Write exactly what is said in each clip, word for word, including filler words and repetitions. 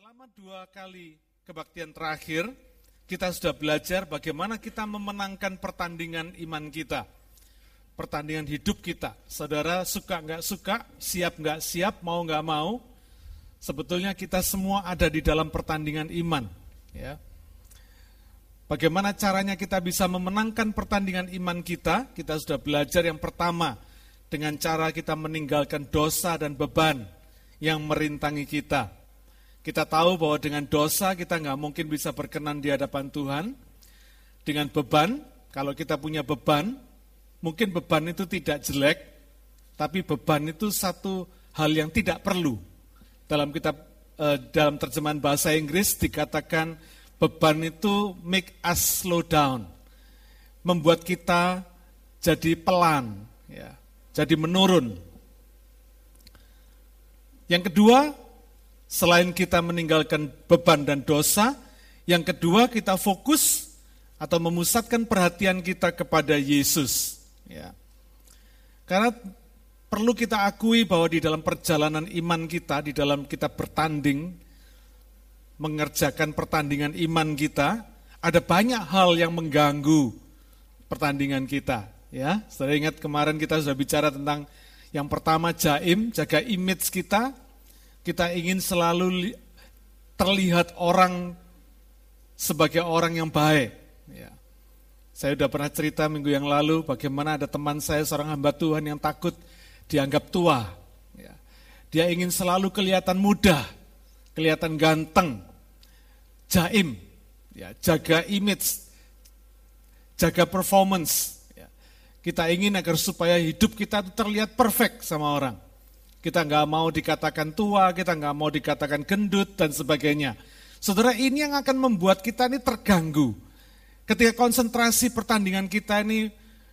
Selama dua kali kebaktian terakhir, kita sudah belajar bagaimana kita memenangkan pertandingan iman kita. Pertandingan hidup kita. Saudara suka nggak suka, siap nggak siap, mau nggak mau, sebetulnya kita semua ada di dalam pertandingan iman. Ya. Bagaimana caranya kita bisa memenangkan pertandingan iman kita? Kita sudah belajar yang pertama, dengan cara kita meninggalkan dosa dan beban yang merintangi kita. Kita tahu bahwa dengan dosa kita nggak mungkin bisa berkenan di hadapan Tuhan. Dengan beban, kalau kita punya beban, mungkin beban itu tidak jelek, tapi beban itu satu hal yang tidak perlu. Dalam kitab, eh, dalam terjemahan bahasa Inggris dikatakan beban itu make us slow down, membuat kita jadi pelan, ya, jadi menurun. Yang kedua, selain kita meninggalkan beban dan dosa, yang kedua kita fokus atau memusatkan perhatian kita kepada Yesus. Ya. Karena perlu kita akui bahwa di dalam perjalanan iman kita, di dalam kita bertanding, mengerjakan pertandingan iman kita, ada banyak hal yang mengganggu pertandingan kita. Ya, saya ingat kemarin kita sudah bicara tentang yang pertama jaim, jaga image kita. Kita ingin selalu terlihat orang sebagai orang yang baik. Ya. Saya sudah pernah cerita minggu yang lalu bagaimana ada teman saya, seorang hamba Tuhan yang takut dianggap tua. Ya. Dia ingin selalu kelihatan muda, kelihatan ganteng, jaim, ya, jaga image, jaga performance. Ya. Kita ingin agar supaya hidup kita terlihat perfect sama orang. Kita nggak mau dikatakan tua, kita nggak mau dikatakan gendut, dan sebagainya. Saudara, ini yang akan membuat kita ini terganggu. Ketika konsentrasi pertandingan kita ini,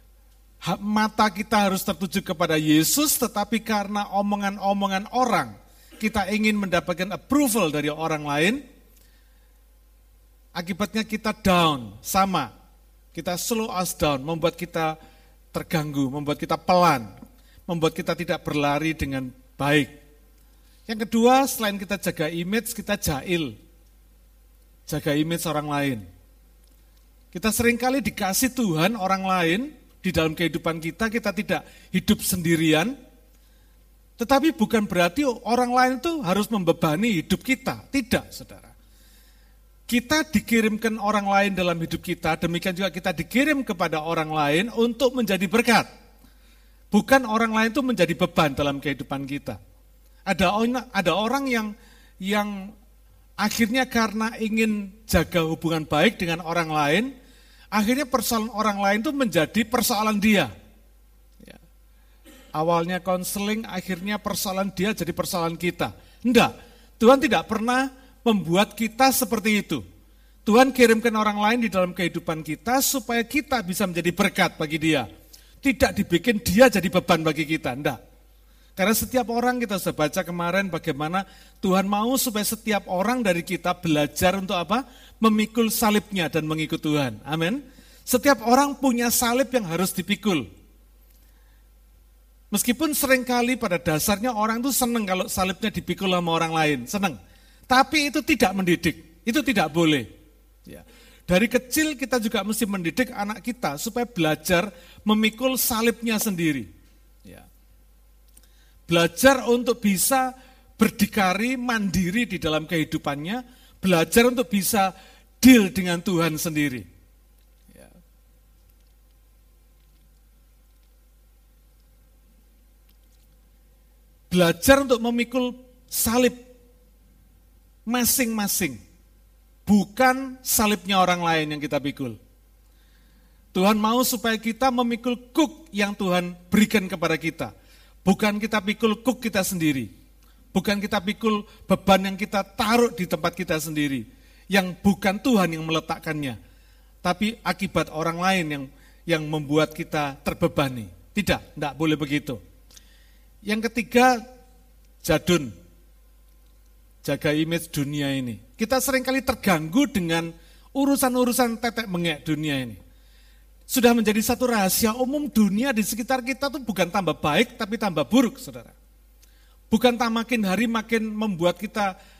mata kita harus tertuju kepada Yesus, tetapi karena omongan-omongan orang, kita ingin mendapatkan approval dari orang lain, akibatnya kita down, sama. Kita slow us down, membuat kita terganggu, membuat kita pelan, membuat kita tidak berlari dengan baik. Yang kedua, selain kita jaga image, kita jahil. Jaga image orang lain. Kita seringkali dikasih Tuhan orang lain di dalam kehidupan kita, kita tidak hidup sendirian. Tetapi bukan berarti orang lain itu harus membebani hidup kita. Tidak, saudara. Kita dikirimkan orang lain dalam hidup kita, demikian juga kita dikirim kepada orang lain untuk menjadi berkat. Bukan orang lain itu menjadi beban dalam kehidupan kita. Ada ada orang yang yang akhirnya karena ingin jaga hubungan baik dengan orang lain, akhirnya persoalan orang lain itu menjadi persoalan dia. Ya. Awalnya konseling, akhirnya persoalan dia jadi persoalan kita. Enggak, Tuhan tidak pernah membuat kita seperti itu. Tuhan kirimkan orang lain di dalam kehidupan kita supaya kita bisa menjadi berkat bagi dia. Tidak dibikin dia jadi beban bagi kita, enggak. Karena setiap orang, kita sudah baca kemarin bagaimana Tuhan mau supaya setiap orang dari kita belajar untuk apa? Memikul salibnya dan mengikut Tuhan. Amin. Setiap orang punya salib yang harus dipikul. Meskipun seringkali pada dasarnya orang itu senang kalau salibnya dipikul sama orang lain, senang. Tapi itu tidak mendidik, itu tidak boleh. Ya. Dari kecil kita juga mesti mendidik anak kita supaya belajar memikul salibnya sendiri. Ya. Belajar untuk bisa berdikari, mandiri di dalam kehidupannya, belajar untuk bisa deal dengan Tuhan sendiri. Ya. Belajar untuk memikul salib masing-masing. Bukan salibnya orang lain yang kita pikul. Tuhan mau supaya kita memikul kuk yang Tuhan berikan kepada kita. Bukan kita pikul kuk kita sendiri. Bukan kita pikul beban yang kita taruh di tempat kita sendiri. Yang bukan Tuhan yang meletakkannya. Tapi akibat orang lain yang yang membuat kita terbebani. Tidak, tidak boleh begitu. Yang ketiga, jadun. Jaga image dunia ini. Kita seringkali terganggu dengan urusan-urusan tetek mengek dunia ini. Sudah menjadi satu rahasia umum, dunia di sekitar kita tuh bukan tambah baik, tapi tambah buruk, saudara. Bukan tak makin hari makin membuat kita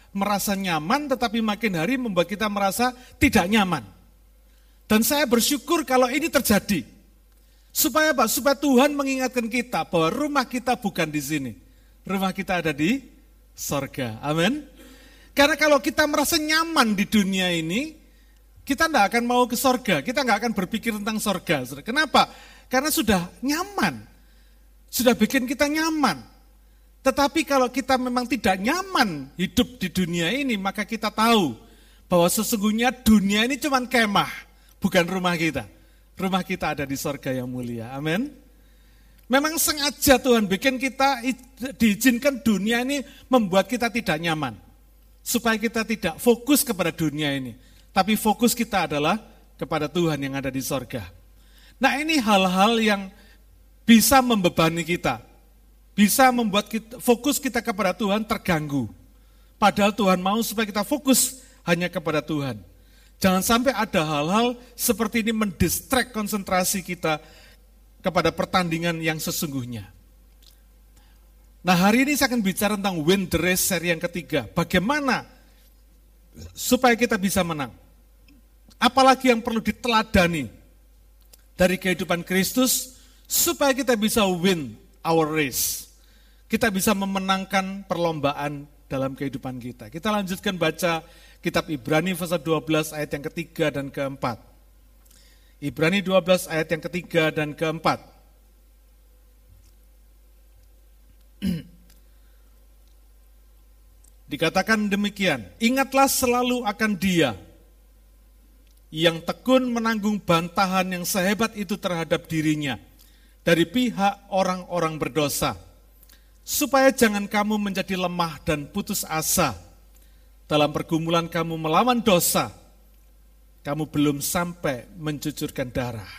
merasa nyaman, tetapi makin hari membuat kita merasa tidak nyaman. Dan saya bersyukur kalau ini terjadi. Supaya apa? Supaya Tuhan mengingatkan kita bahwa rumah kita bukan di sini. Rumah kita ada di sorga. Amin. Karena kalau kita merasa nyaman di dunia ini, kita tidak akan mau ke sorga. Kita nggak akan berpikir tentang sorga. Kenapa? Karena sudah nyaman. Sudah bikin kita nyaman. Tetapi kalau kita memang tidak nyaman hidup di dunia ini, maka kita tahu bahwa sesungguhnya dunia ini cuma kemah, bukan rumah kita. Rumah kita ada di sorga yang mulia. Amin. Memang sengaja Tuhan bikin kita diizinkan dunia ini membuat kita tidak nyaman. Supaya kita tidak fokus kepada dunia ini. Tapi fokus kita adalah kepada Tuhan yang ada di sorga. Nah ini hal-hal yang bisa membebani kita, bisa membuat kita, fokus kita kepada Tuhan terganggu. Padahal Tuhan mau supaya kita fokus hanya kepada Tuhan. Jangan sampai ada hal-hal seperti ini mendistract konsentrasi kita kepada pertandingan yang sesungguhnya. Nah hari ini saya akan bicara tentang Win the Race seri yang ketiga. Bagaimana supaya kita bisa menang. Apalagi yang perlu diteladani dari kehidupan Kristus, supaya kita bisa win our race. Kita bisa memenangkan perlombaan dalam kehidupan kita. Kita lanjutkan baca kitab Ibrani pasal dua belas ayat yang ketiga dan keempat. Ibrani dua belas ayat yang ketiga dan keempat. Dikatakan demikian, ingatlah selalu akan Dia yang tekun menanggung bantahan yang sehebat itu terhadap dirinya dari pihak orang-orang berdosa, supaya jangan kamu menjadi lemah dan putus asa dalam pergumulan kamu melawan dosa, kamu belum sampai mencucurkan darah.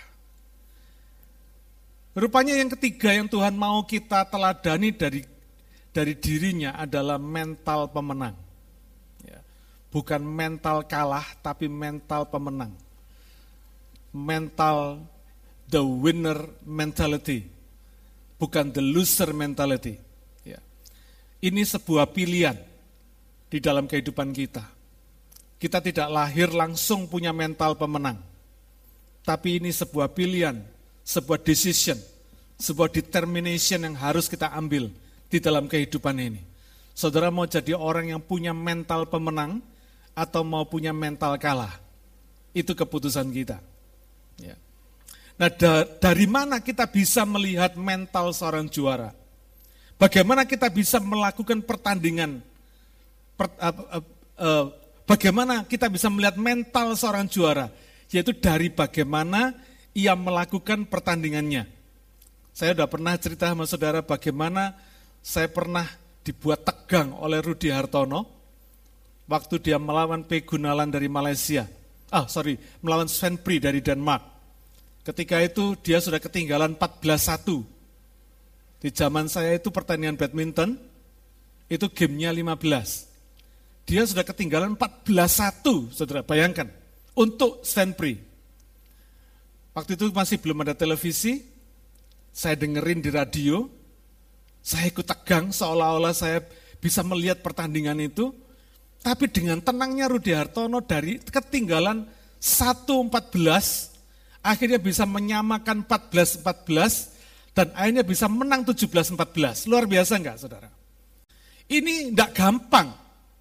Rupanya yang ketiga yang Tuhan mau kita teladani dari dari dirinya adalah mental pemenang. Ya, bukan mental kalah, tapi mental pemenang. Mental the winner mentality, bukan the loser mentality. Ya. Ini sebuah pilihan di dalam kehidupan kita. Kita tidak lahir langsung punya mental pemenang, tapi ini sebuah pilihan, sebuah decision, sebuah determination yang harus kita ambil di dalam kehidupan ini. Saudara mau jadi orang yang punya mental pemenang atau mau punya mental kalah? Itu keputusan kita. Ya. Nah, da- dari mana kita bisa melihat mental seorang juara? Bagaimana kita bisa melakukan pertandingan? Per, uh, uh, uh, bagaimana kita bisa melihat mental seorang juara? Yaitu dari bagaimana ia melakukan pertandingannya. Saya sudah pernah cerita sama saudara bagaimana saya pernah dibuat tegang oleh Rudi Hartono waktu dia melawan P. Gunalan dari Malaysia. Ah, sorry, melawan Sven Pri dari Denmark. Ketika itu dia sudah ketinggalan empat belas satu. Di zaman saya itu pertandingan badminton, itu gamenya lima belas. Dia sudah ketinggalan empat belas satu, saudara, bayangkan, untuk Sven Pri. Waktu itu masih belum ada televisi, saya dengerin di radio, saya ikut tegang seolah-olah saya bisa melihat pertandingan itu, tapi dengan tenangnya Rudi Hartono dari ketinggalan satu empat belas, akhirnya bisa menyamakan empat belas empat belas, dan akhirnya bisa menang tujuh belas empat belas. Luar biasa enggak, saudara? Ini enggak gampang.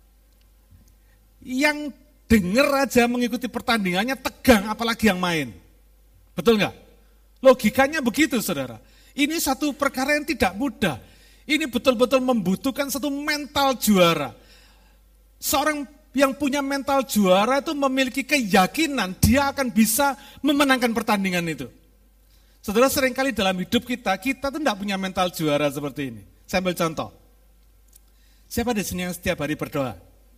Yang denger aja mengikuti pertandingannya tegang, apalagi yang main. Betul enggak? Logikanya begitu, saudara. Ini satu perkara yang tidak mudah. Ini betul-betul membutuhkan satu mental juara. Seorang yang punya mental juara itu memiliki keyakinan dia akan bisa memenangkan pertandingan itu. Saudara, seringkali dalam hidup kita, kita tuh tidak punya mental juara seperti ini. Saya ambil contoh. Siapa di sini yang setiap hari berdoa?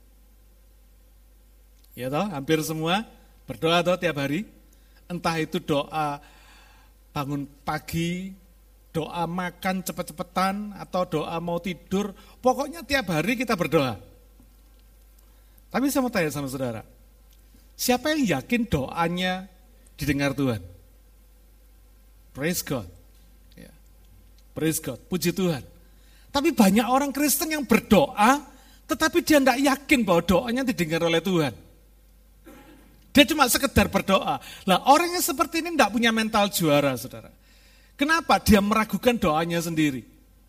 Ya toh, hampir semua berdoa toh tiap hari. Entah itu doa bangun pagi, doa makan cepet-cepetan, atau doa mau tidur, pokoknya tiap hari kita berdoa. Tapi saya mau tanya sama saudara, siapa yang yakin doanya didengar Tuhan? Praise God. Ya. Praise God, puji Tuhan. Tapi banyak orang Kristen yang berdoa, tetapi dia tidak yakin bahwa doanya didengar oleh Tuhan. Dia cuma sekedar berdoa. Lah orang yang seperti ini tidak punya mental juara, saudara. Kenapa? Dia meragukan doanya sendiri.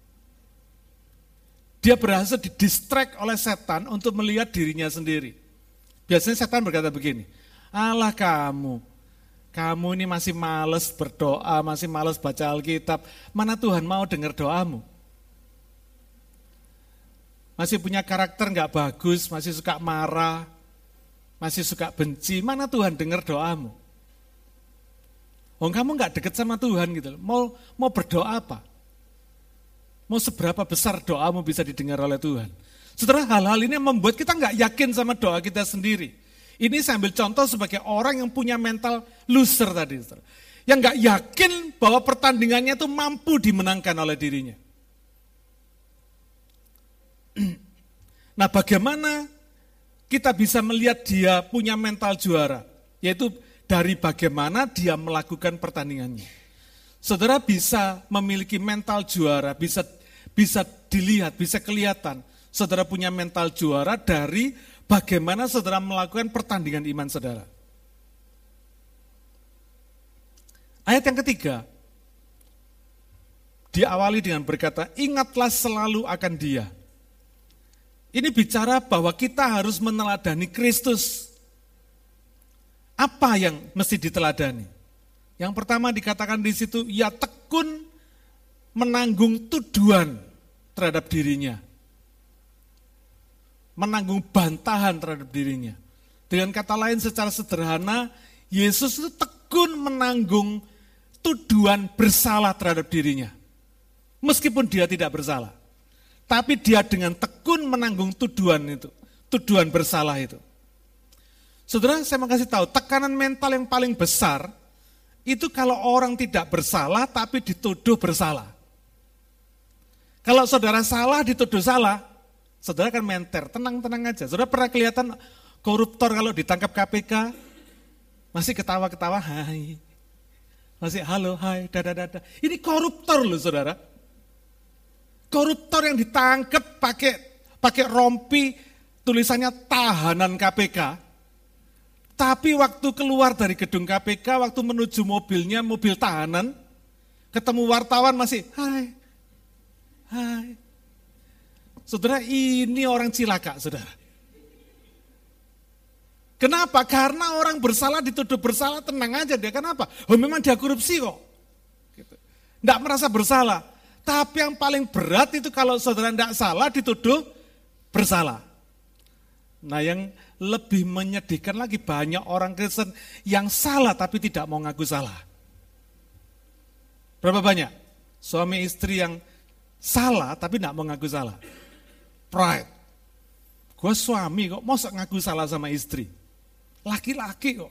Dia berhasil didistract oleh setan untuk melihat dirinya sendiri. Biasanya setan berkata begini, alah kamu, kamu ini masih malas berdoa, masih malas baca Alkitab, mana Tuhan mau dengar doamu? Masih punya karakter nggak bagus, masih suka marah, masih suka benci, mana Tuhan dengar doamu? Oh kamu nggak deket sama Tuhan gitu, mau mau berdoa apa? Mau seberapa besar doamu bisa didengar oleh Tuhan? Saudara, hal-hal ini membuat kita nggak yakin sama doa kita sendiri. Ini saya ambil contoh sebagai orang yang punya mental loser tadi. Saudara. Yang nggak yakin bahwa pertandingannya itu mampu dimenangkan oleh dirinya. Nah bagaimana kita bisa melihat dia punya mental juara? Yaitu dari bagaimana dia melakukan pertandingannya. Saudara bisa memiliki mental juara, bisa bisa dilihat, bisa kelihatan. Saudara punya mental juara dari bagaimana saudara melakukan pertandingan iman saudara. Ayat yang ketiga, diawali dengan berkata, ingatlah selalu akan dia. Ini bicara bahwa kita harus meneladani Kristus. Apa yang mesti diteladani? Yang pertama dikatakan di situ, ia tekun menanggung tuduhan terhadap dirinya. Menanggung bantahan terhadap dirinya. Dengan kata lain secara sederhana, Yesus itu tekun menanggung tuduhan bersalah terhadap dirinya. Meskipun dia tidak bersalah. Tapi dia dengan tekun menanggung tuduhan itu. Tuduhan bersalah itu. Saudara, saya mau kasih tahu, tekanan mental yang paling besar, itu kalau orang tidak bersalah tapi dituduh bersalah. Kalau saudara salah dituduh salah, saudara kan menter, tenang-tenang aja. Saudara pernah kelihatan koruptor kalau ditangkap K P K, masih ketawa-ketawa, hai. Masih halo, hai, dada-dada. Ini koruptor loh saudara. Koruptor yang ditangkap pakai pakai rompi, tulisannya tahanan K P K. Tapi waktu keluar dari gedung K P K, waktu menuju mobilnya, mobil tahanan, ketemu wartawan masih, hai, hai. Saudara, ini orang cilaka, saudara. Kenapa? Karena orang bersalah dituduh bersalah, tenang aja dia. Kenapa? Oh memang dia korupsi kok. Gitu. Nggak merasa bersalah. Tapi yang paling berat itu kalau saudara tidak salah dituduh bersalah. Nah yang lebih menyedihkan lagi banyak orang Kristen yang salah tapi tidak mau ngaku salah. Berapa banyak? Suami istri yang salah tapi tidak mau ngaku salah. Pride. Gue suami kok mau ngaku salah sama istri. Laki-laki kok.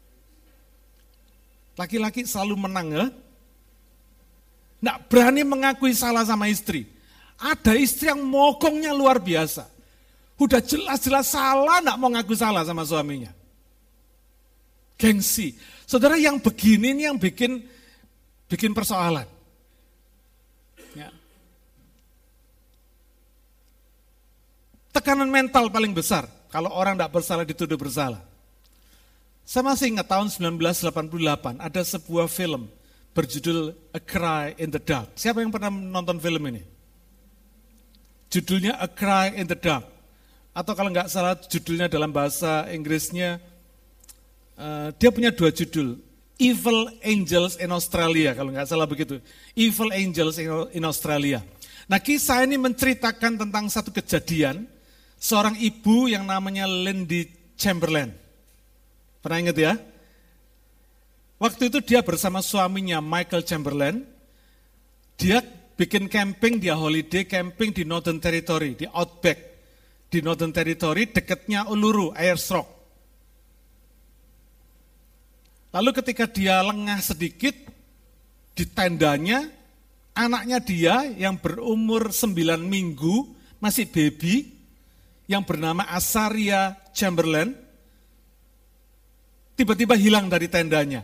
Laki-laki selalu menang ya. Nggak berani mengakui salah sama istri. Ada istri yang mogongnya luar biasa. Udah jelas-jelas salah, nggak mau ngaku salah sama suaminya. Gengsi. Saudara yang begini ini yang bikin bikin persoalan. Ya. Tekanan mental paling besar kalau orang nggak bersalah dituduh bersalah. Saya masih ingat tahun seribu sembilan ratus delapan puluh delapan ada sebuah film berjudul A Cry in the Dark. Siapa yang pernah nonton film ini? Judulnya A Cry in the Dark. Atau kalau nggak salah judulnya dalam bahasa Inggrisnya, uh, dia punya dua judul. Evil Angels in Australia, kalau nggak salah begitu. Evil Angels in Australia. Nah kisah ini menceritakan tentang satu kejadian, seorang ibu yang namanya Lindy Chamberlain. Pernah ingat ya? Waktu itu dia bersama suaminya Michael Chamberlain, dia bikin camping, dia holiday camping di Northern Territory, di Outback. Di Northern Territory dekatnya Uluru, Airstrok. Lalu ketika dia lengah sedikit, di tendanya, anaknya dia yang berumur sembilan minggu, masih baby, yang bernama Asaria Chamberlain, tiba-tiba hilang dari tendanya.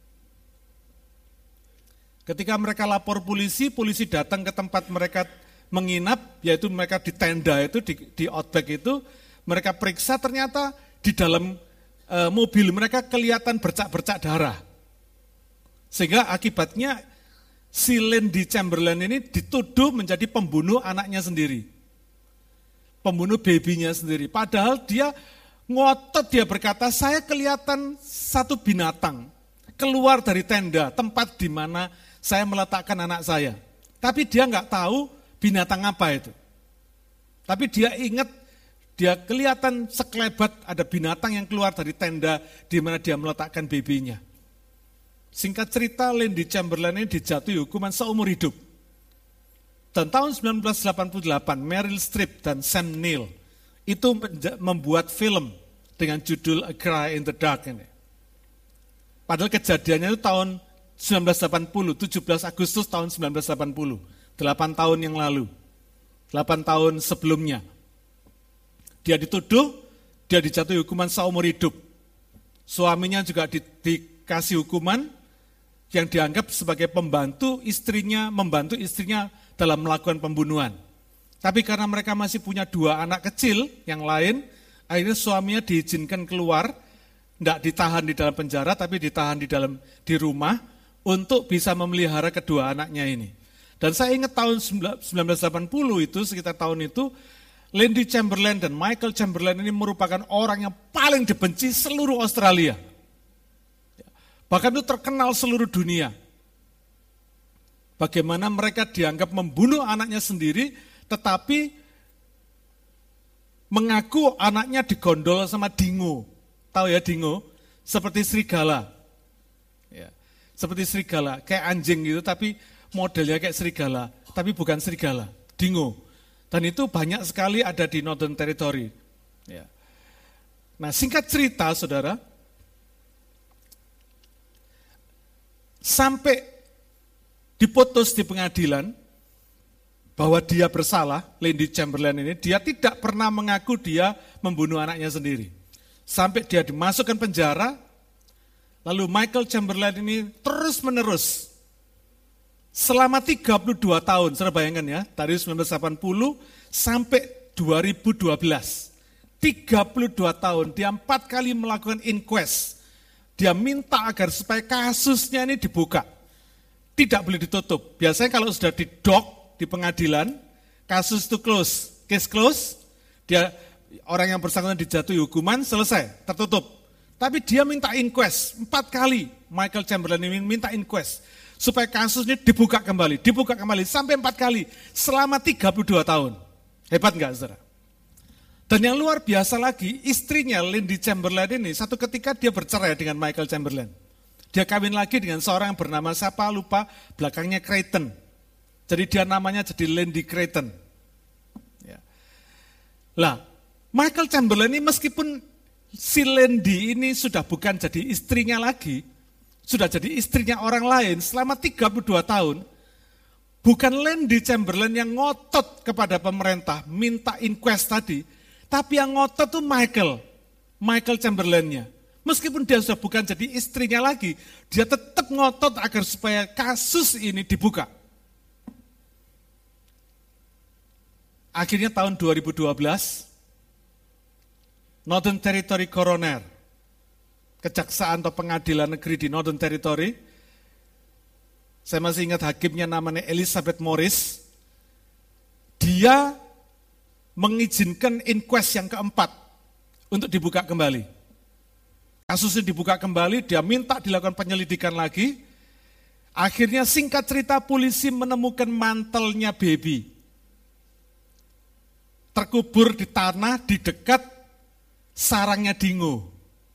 Ketika mereka lapor polisi, polisi datang ke tempat mereka menginap, yaitu mereka di tenda itu, di, di Outback itu, mereka periksa ternyata di dalam e, mobil mereka kelihatan bercak-bercak darah. Sehingga akibatnya si Lindy Chamberlain ini dituduh menjadi pembunuh anaknya sendiri. Pembunuh babynya sendiri. Padahal dia ngotot, dia berkata, saya kelihatan satu binatang keluar dari tenda, tempat di mana saya meletakkan anak saya. Tapi dia nggak tahu binatang apa itu. Tapi dia ingat, dia kelihatan sekelebat ada binatang yang keluar dari tenda di mana dia meletakkan babynya. Singkat cerita, Lindy Chamberlain ini dijatuhi hukuman seumur hidup. Dan tahun sembilan belas delapan puluh delapan, Meryl Streep dan Sam Neill itu membuat film dengan judul A Cry in the Dark ini. Padahal kejadiannya itu tahun sembilan belas delapan puluh, tujuh belas Agustus tahun sembilan belas delapan puluh. delapan tahun yang lalu, delapan tahun sebelumnya. Dia dituduh, dia dijatuhi hukuman seumur hidup. Suaminya juga di, dikasih hukuman yang dianggap sebagai pembantu istrinya, membantu istrinya dalam melakukan pembunuhan. Tapi karena mereka masih punya dua anak kecil yang lain, akhirnya suaminya diizinkan keluar, tidak ditahan di dalam penjara, tapi ditahan di dalam di rumah untuk bisa memelihara kedua anaknya ini. Dan saya ingat tahun sembilan belas delapan puluh itu, sekitar tahun itu, Lindy Chamberlain dan Michael Chamberlain ini merupakan orang yang paling dibenci seluruh Australia. Bahkan itu terkenal seluruh dunia. Bagaimana mereka dianggap membunuh anaknya sendiri, tetapi mengaku anaknya digondol sama dingo. Tahu ya dingo? Seperti serigala. Ya, seperti serigala, kayak anjing gitu, tapi modelnya kayak serigala, tapi bukan serigala, dingo. Dan itu banyak sekali ada di Northern Territory. Ya. Nah, singkat cerita, saudara, sampai diputus di pengadilan bahwa dia bersalah, Lindy Chamberlain ini, dia tidak pernah mengaku dia membunuh anaknya sendiri. Sampai dia dimasukkan penjara, lalu Michael Chamberlain ini terus-menerus selama tiga puluh dua tahun, saya bayangkan ya, dari sembilan belas delapan puluh sampai dua ribu dua belas. tiga puluh dua tahun, dia empat kali melakukan inquest. Dia minta agar supaya kasusnya ini dibuka. Tidak boleh ditutup. Biasanya kalau sudah didok di pengadilan, kasus itu close, case close, dia orang yang bersangkutan dijatuhi hukuman, selesai, tertutup. Tapi dia minta inquest, empat kali Michael Chamberlain ini minta inquest. Supaya kasus ini dibuka kembali, dibuka kembali, sampai empat kali, selama tiga puluh dua tahun. Hebat enggak, saudara? Dan yang luar biasa lagi, istrinya Lindy Chamberlain ini, satu ketika dia bercerai dengan Michael Chamberlain. Dia kawin lagi dengan seorang yang bernama siapa, lupa, belakangnya Creighton. Jadi dia namanya jadi Lindy Creighton. Ya. Lah, Michael Chamberlain ini meskipun si Lindy ini sudah bukan jadi istrinya lagi, sudah jadi istrinya orang lain selama tiga puluh dua tahun, bukan Lindy Chamberlain yang ngotot kepada pemerintah, minta inquest tadi, tapi yang ngotot tuh Michael, Michael Chamberlain-nya. Meskipun dia sudah bukan jadi istrinya lagi, dia tetap ngotot agar supaya kasus ini dibuka. Akhirnya tahun dua ribu dua belas, Northern Territory Coroner, Kejaksaan atau Pengadilan Negeri di Northern Territory, saya masih ingat hakimnya namanya Elizabeth Morris, dia mengizinkan inquest yang keempat untuk dibuka kembali. Kasusnya dibuka kembali, dia minta dilakukan penyelidikan lagi. Akhirnya singkat cerita polisi menemukan mantelnya baby. Terkubur di tanah di dekat sarangnya dingo.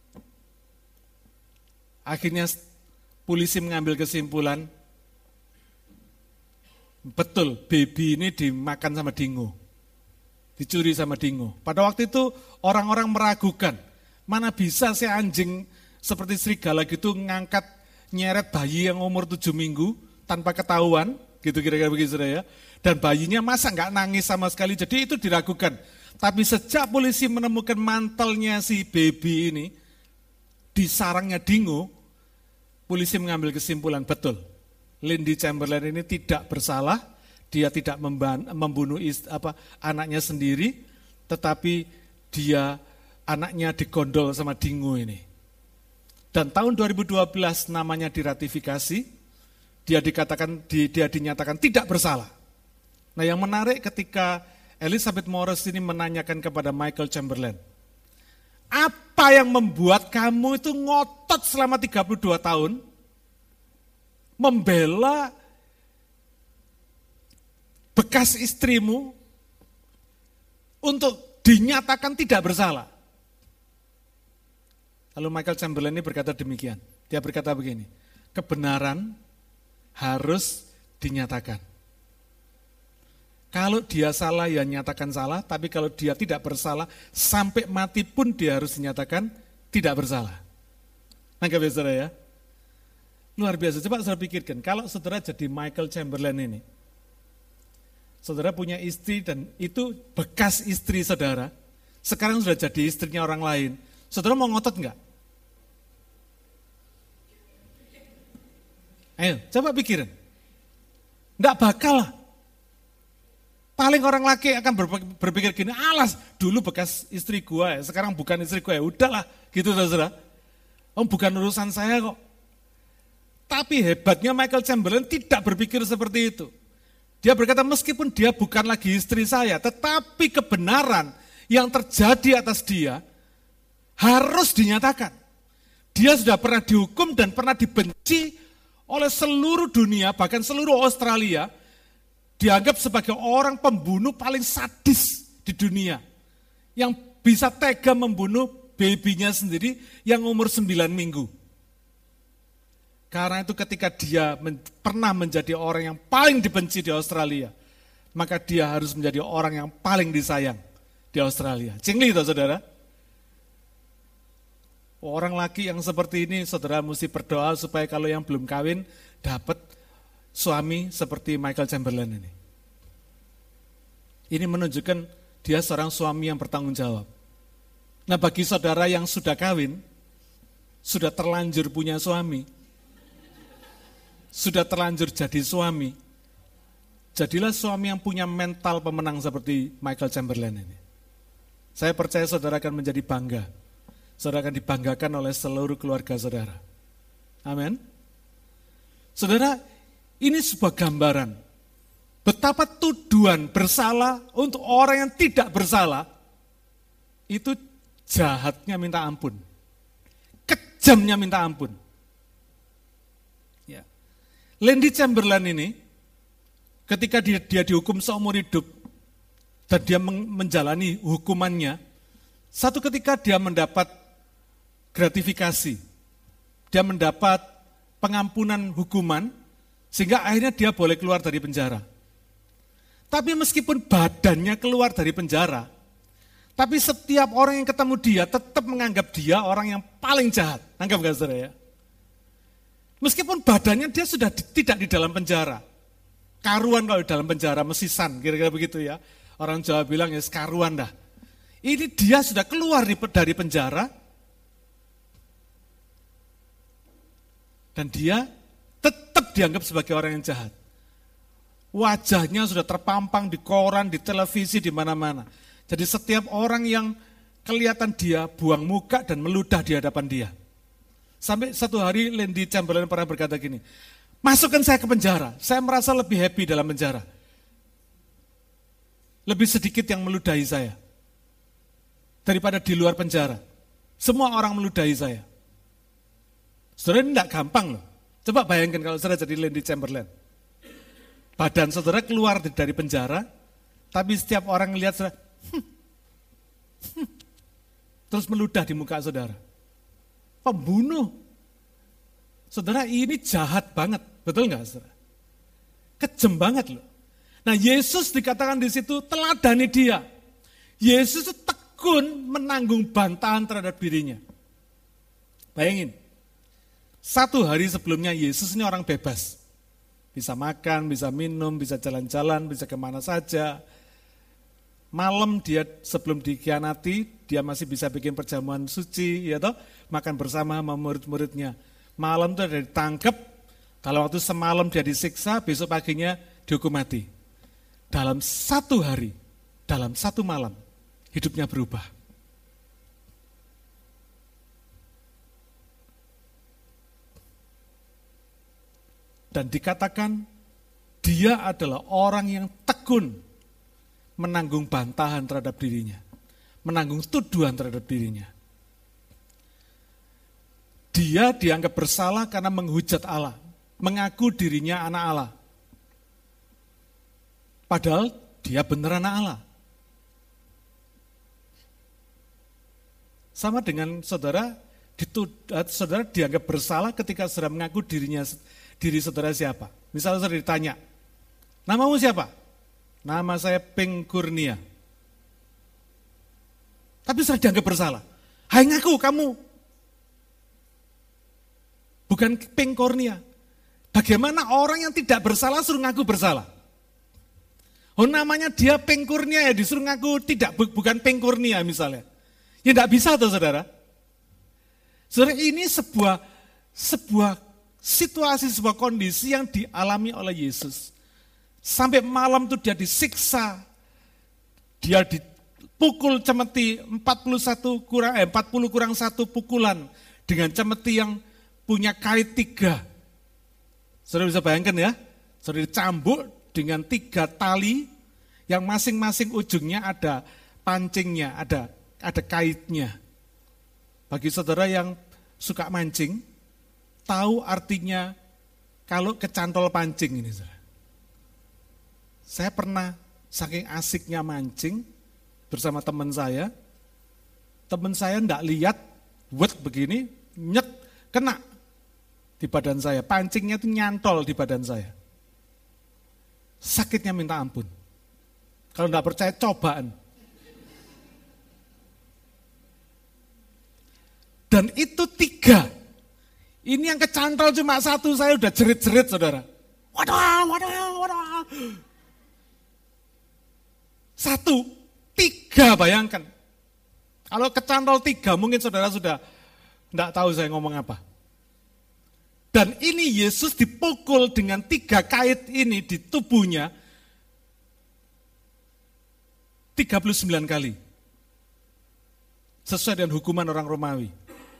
Akhirnya polisi mengambil kesimpulan, betul baby ini dimakan sama dingo, dicuri sama dingo. Pada waktu itu orang-orang meragukan, mana bisa si anjing seperti serigala gitu ngangkat nyeret bayi yang umur tujuh minggu tanpa ketahuan, gitu kira-kira begitu ya. Dan bayinya masa nggak nangis sama sekali, jadi itu diragukan. Tapi sejak polisi menemukan mantelnya si baby ini di sarangnya dingo, polisi mengambil kesimpulan, betul, Lindy Chamberlain ini tidak bersalah Dia tidak membunuh ist, apa, anaknya sendiri, tetapi dia anaknya digondol sama dingo ini. Dan tahun dua ribu dua belas namanya diratifikasi, dia dikatakan dia dinyatakan tidak bersalah. Nah, yang menarik ketika Elizabeth Morris ini menanyakan kepada Michael Chamberlain, apa yang membuat kamu itu ngotot selama tiga puluh dua tahun membela bekas istrimu untuk dinyatakan tidak bersalah? Lalu Michael Chamberlain ini berkata demikian. Dia berkata begini, kebenaran harus dinyatakan. Kalau dia salah, ya nyatakan salah, tapi kalau dia tidak bersalah, sampai mati pun dia harus dinyatakan tidak bersalah. Nangkap ya saudara ya? Luar biasa, coba saudara pikirkan, kalau saudara jadi Michael Chamberlain ini, saudara punya istri dan itu bekas istri saudara, sekarang sudah jadi istrinya orang lain, saudara mau ngotot enggak? Ayo, coba pikirin. Enggak bakal lah. Paling orang laki akan berpikir gini, alas dulu bekas istri gua ya, sekarang bukan istri gua ya, udahlah gitu saudara. Oh bukan urusan saya kok. Tapi hebatnya Michael Chamberlain tidak berpikir seperti itu. Dia berkata meskipun dia bukan lagi istri saya, tetapi kebenaran yang terjadi atas dia harus dinyatakan. Dia sudah pernah dihukum dan pernah dibenci oleh seluruh dunia, bahkan seluruh Australia, dianggap sebagai orang pembunuh paling sadis di dunia. Yang bisa tega membunuh babynya sendiri yang umur sembilan minggu. Karena itu ketika dia men- pernah menjadi orang yang paling dibenci di Australia, maka dia harus menjadi orang yang paling disayang di Australia. Cingli itu saudara. Orang laki yang seperti ini, saudara mesti berdoa supaya kalau yang belum kawin dapat suami seperti Michael Chamberlain ini. Ini menunjukkan dia seorang suami yang bertanggung jawab. Nah bagi saudara yang sudah kawin, sudah terlanjur punya suami, sudah terlanjur jadi suami, jadilah suami yang punya mental pemenang seperti Michael Chamberlain ini. Saya percaya saudara akan menjadi bangga. Saudara akan dibanggakan oleh seluruh keluarga saudara. Amin. Saudara, ini sebuah gambaran betapa tuduhan bersalah untuk orang yang tidak bersalah itu jahatnya minta ampun. Kejamnya minta ampun. Ya. Landy Chamberlain ini ketika dia, dia dihukum seumur hidup dan dia menjalani hukumannya, satu ketika dia mendapat gratifikasi, dia mendapat pengampunan hukuman, sehingga akhirnya dia boleh keluar dari penjara. Tapi meskipun badannya keluar dari penjara, tapi setiap orang yang ketemu dia tetap menganggap dia orang yang paling jahat. Anggap gak saudara ya? Meskipun badannya dia sudah di, tidak di dalam penjara. Karuan kalau di dalam penjara, mesisan, kira-kira begitu ya. Orang Jawa bilang ya karuan dah. Ini dia sudah keluar dari penjara, dan dia tetap dianggap sebagai orang yang jahat. Wajahnya sudah terpampang di koran, di televisi, di mana-mana. Jadi setiap orang yang kelihatan dia buang muka dan meludah di hadapan dia. Sampai satu hari Landy Chamberlain pernah berkata gini, masukkan saya ke penjara, saya merasa lebih happy dalam penjara. Lebih sedikit yang meludahi saya daripada di luar penjara. Semua orang meludahi saya. Saudara ini tidak gampang loh. Coba bayangkan kalau saudara jadi Landy Chamberlain. Badan saudara keluar dari penjara, tapi setiap orang melihat saudara, hmm, hmm, terus meludah di muka saudara. Pembunuh. Saudara ini jahat banget, betul nggak saudara? Kejem banget loh. Nah Yesus dikatakan di situ teladani dia. Yesus itu tekun menanggung bantahan terhadap dirinya. Bayangin. Satu hari sebelumnya Yesus ini orang bebas. Bisa makan, bisa minum, bisa jalan-jalan, bisa kemana saja. Malam dia sebelum dikhianati, dia masih bisa bikin perjamuan suci, ya toh, makan bersama sama murid-muridnya. Malam itu dia ditangkap, kalau waktu semalam dia disiksa, besok paginya dihukum mati. dalam satu hari, dalam satu malam, hidupnya berubah. Dan dikatakan dia adalah orang yang tekun menanggung bantahan terhadap dirinya, menanggung tuduhan terhadap dirinya. Dia dianggap bersalah karena menghujat Allah, mengaku dirinya anak Allah. Padahal dia benar anak Allah. Sama dengan saudara, saudara dianggap bersalah ketika saudara mengaku dirinya diri saudara siapa. Misalnya saudara ditanya, namamu siapa? Nama saya Peng Kurnia. Tapi saudara dianggap bersalah. Hai ngaku kamu bukan Peng Kurnia. Bagaimana orang yang tidak bersalah suruh ngaku bersalah? Oh namanya dia Peng Kurnia ya disuruh ngaku tidak bukan Peng Kurnia misalnya. Ya tidak bisa tuh saudara. Saudara ini sebuah sebuah situasi, sebuah kondisi yang dialami oleh Yesus. Sampai malam itu dia disiksa, dia dipukul cemeti empat puluh satu kurang eh, empat puluh kurang satu pukulan dengan cemeti yang punya kait tiga. Saudara bisa bayangkan ya, saudara dicambuk dengan tiga tali yang masing-masing ujungnya ada pancingnya, ada ada kaitnya. Bagi saudara yang suka mancing, tahu artinya kalau kecantol pancing ini. Saudara. Saya pernah saking asiknya mancing bersama teman saya, teman saya enggak lihat, wet begini, nyet, kena di badan saya. Pancingnya itu nyantol di badan saya. Sakitnya minta ampun. Kalau enggak percaya, cobaan. Dan itu tiga. Ini yang kecantol cuma satu, saya udah jerit-jerit saudara. Waduh, waduh, waduh. Satu, tiga bayangkan. Kalau kecantol tiga mungkin saudara sudah enggak tahu saya ngomong apa. Dan ini Yesus dipukul dengan tiga kait ini di tubuhnya tiga puluh sembilan kali. Sesuai dengan hukuman orang Romawi.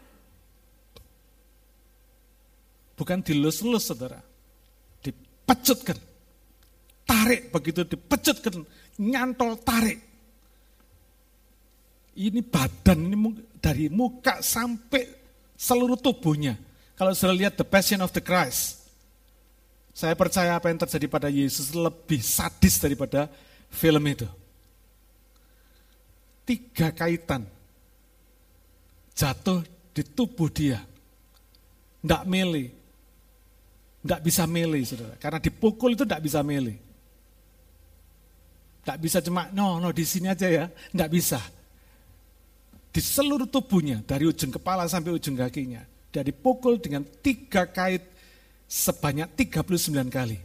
Bukan dilus-lus saudara. Dipecutkan. Tarik begitu dipecutkan. Nyantol tarik. Ini badan, ini dari muka sampai seluruh tubuhnya. Kalau sudah lihat The Passion of the Christ, saya percaya apa yang terjadi pada Yesus lebih sadis daripada film itu. Tiga kaitan jatuh di tubuh dia. Tidak mele. Tidak bisa mele, saudara. Karena dipukul itu tidak bisa mele. Tidak bisa cuma, no, no, di sini aja ya. Tidak bisa. Di seluruh tubuhnya, dari ujung kepala sampai ujung kakinya. Dia dipukul dengan tiga kait sebanyak tiga puluh sembilan kali.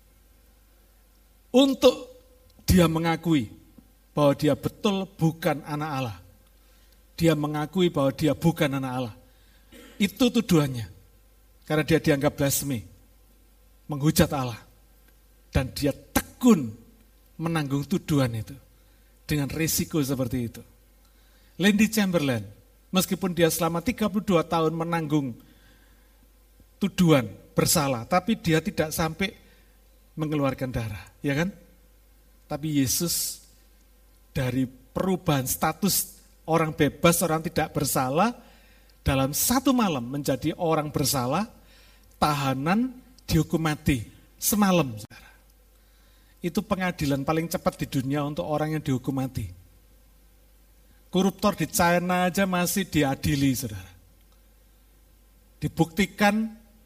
Untuk dia mengakui bahwa dia betul bukan anak Allah. Dia mengakui bahwa dia bukan anak Allah. Itu tuduhannya. Karena dia dianggap blasfemi. Menghujat Allah. Dan dia tekun menanggung tuduhan itu. Dengan risiko seperti itu. Randy Chamberlain, meskipun dia selama tiga puluh dua tahun menanggung tuduhan bersalah, tapi dia tidak sampai mengeluarkan darah, ya kan? Tapi Yesus dari perubahan status orang bebas, orang tidak bersalah, dalam satu malam menjadi orang bersalah, tahanan dihukum mati semalam. Itu pengadilan paling cepat di dunia untuk orang yang dihukum mati. Koruptor di China aja masih diadili, saudara. Dibuktikan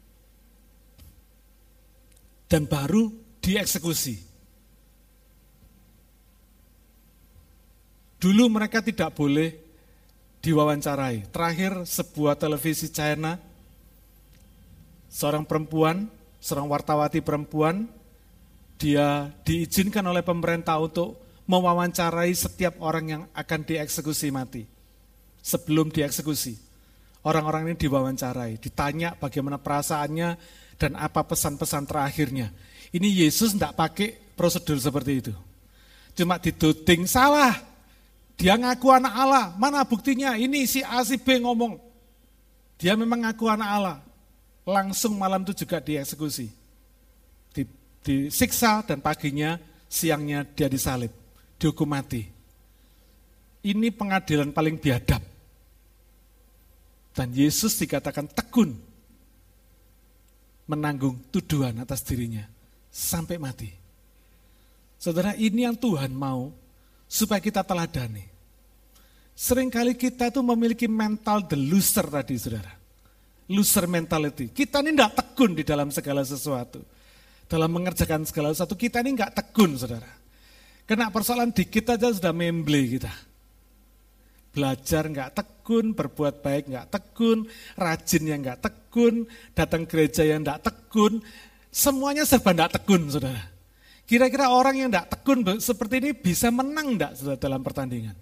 dan baru dieksekusi. Dulu mereka tidak boleh diwawancarai. Terakhir sebuah televisi China, seorang perempuan, seorang wartawati perempuan, dia diizinkan oleh pemerintah untuk mewawancarai setiap orang yang akan dieksekusi mati. Sebelum dieksekusi, orang-orang ini diwawancarai, ditanya bagaimana perasaannya dan apa pesan-pesan terakhirnya. Ini Yesus tidak pakai prosedur seperti itu. cuma dituding, salah. Dia ngaku anak Allah, mana buktinya? Ini si A, si B ngomong. Dia memang ngaku anak Allah. Langsung malam itu juga dieksekusi. Disiksa dan paginya, siangnya dia disalib. Dihukum mati. Ini pengadilan paling biadab. Dan Yesus dikatakan tekun menanggung tuduhan atas dirinya sampai mati. Saudara, ini yang Tuhan mau supaya kita teladani. Seringkali kita itu memiliki mental the loser tadi, saudara. Loser mentality. Kita ini tidak tekun di dalam segala sesuatu. Dalam mengerjakan segala sesuatu, kita ini enggak tekun, saudara. Kena persoalan dikit aja sudah memble kita. Belajar enggak tekun, berbuat baik enggak tekun, rajin yang enggak tekun, datang gereja yang enggak tekun, semuanya serba enggak tekun, saudara. Kira-kira orang yang enggak tekun seperti ini bisa menang enggak, saudara, dalam pertandingan?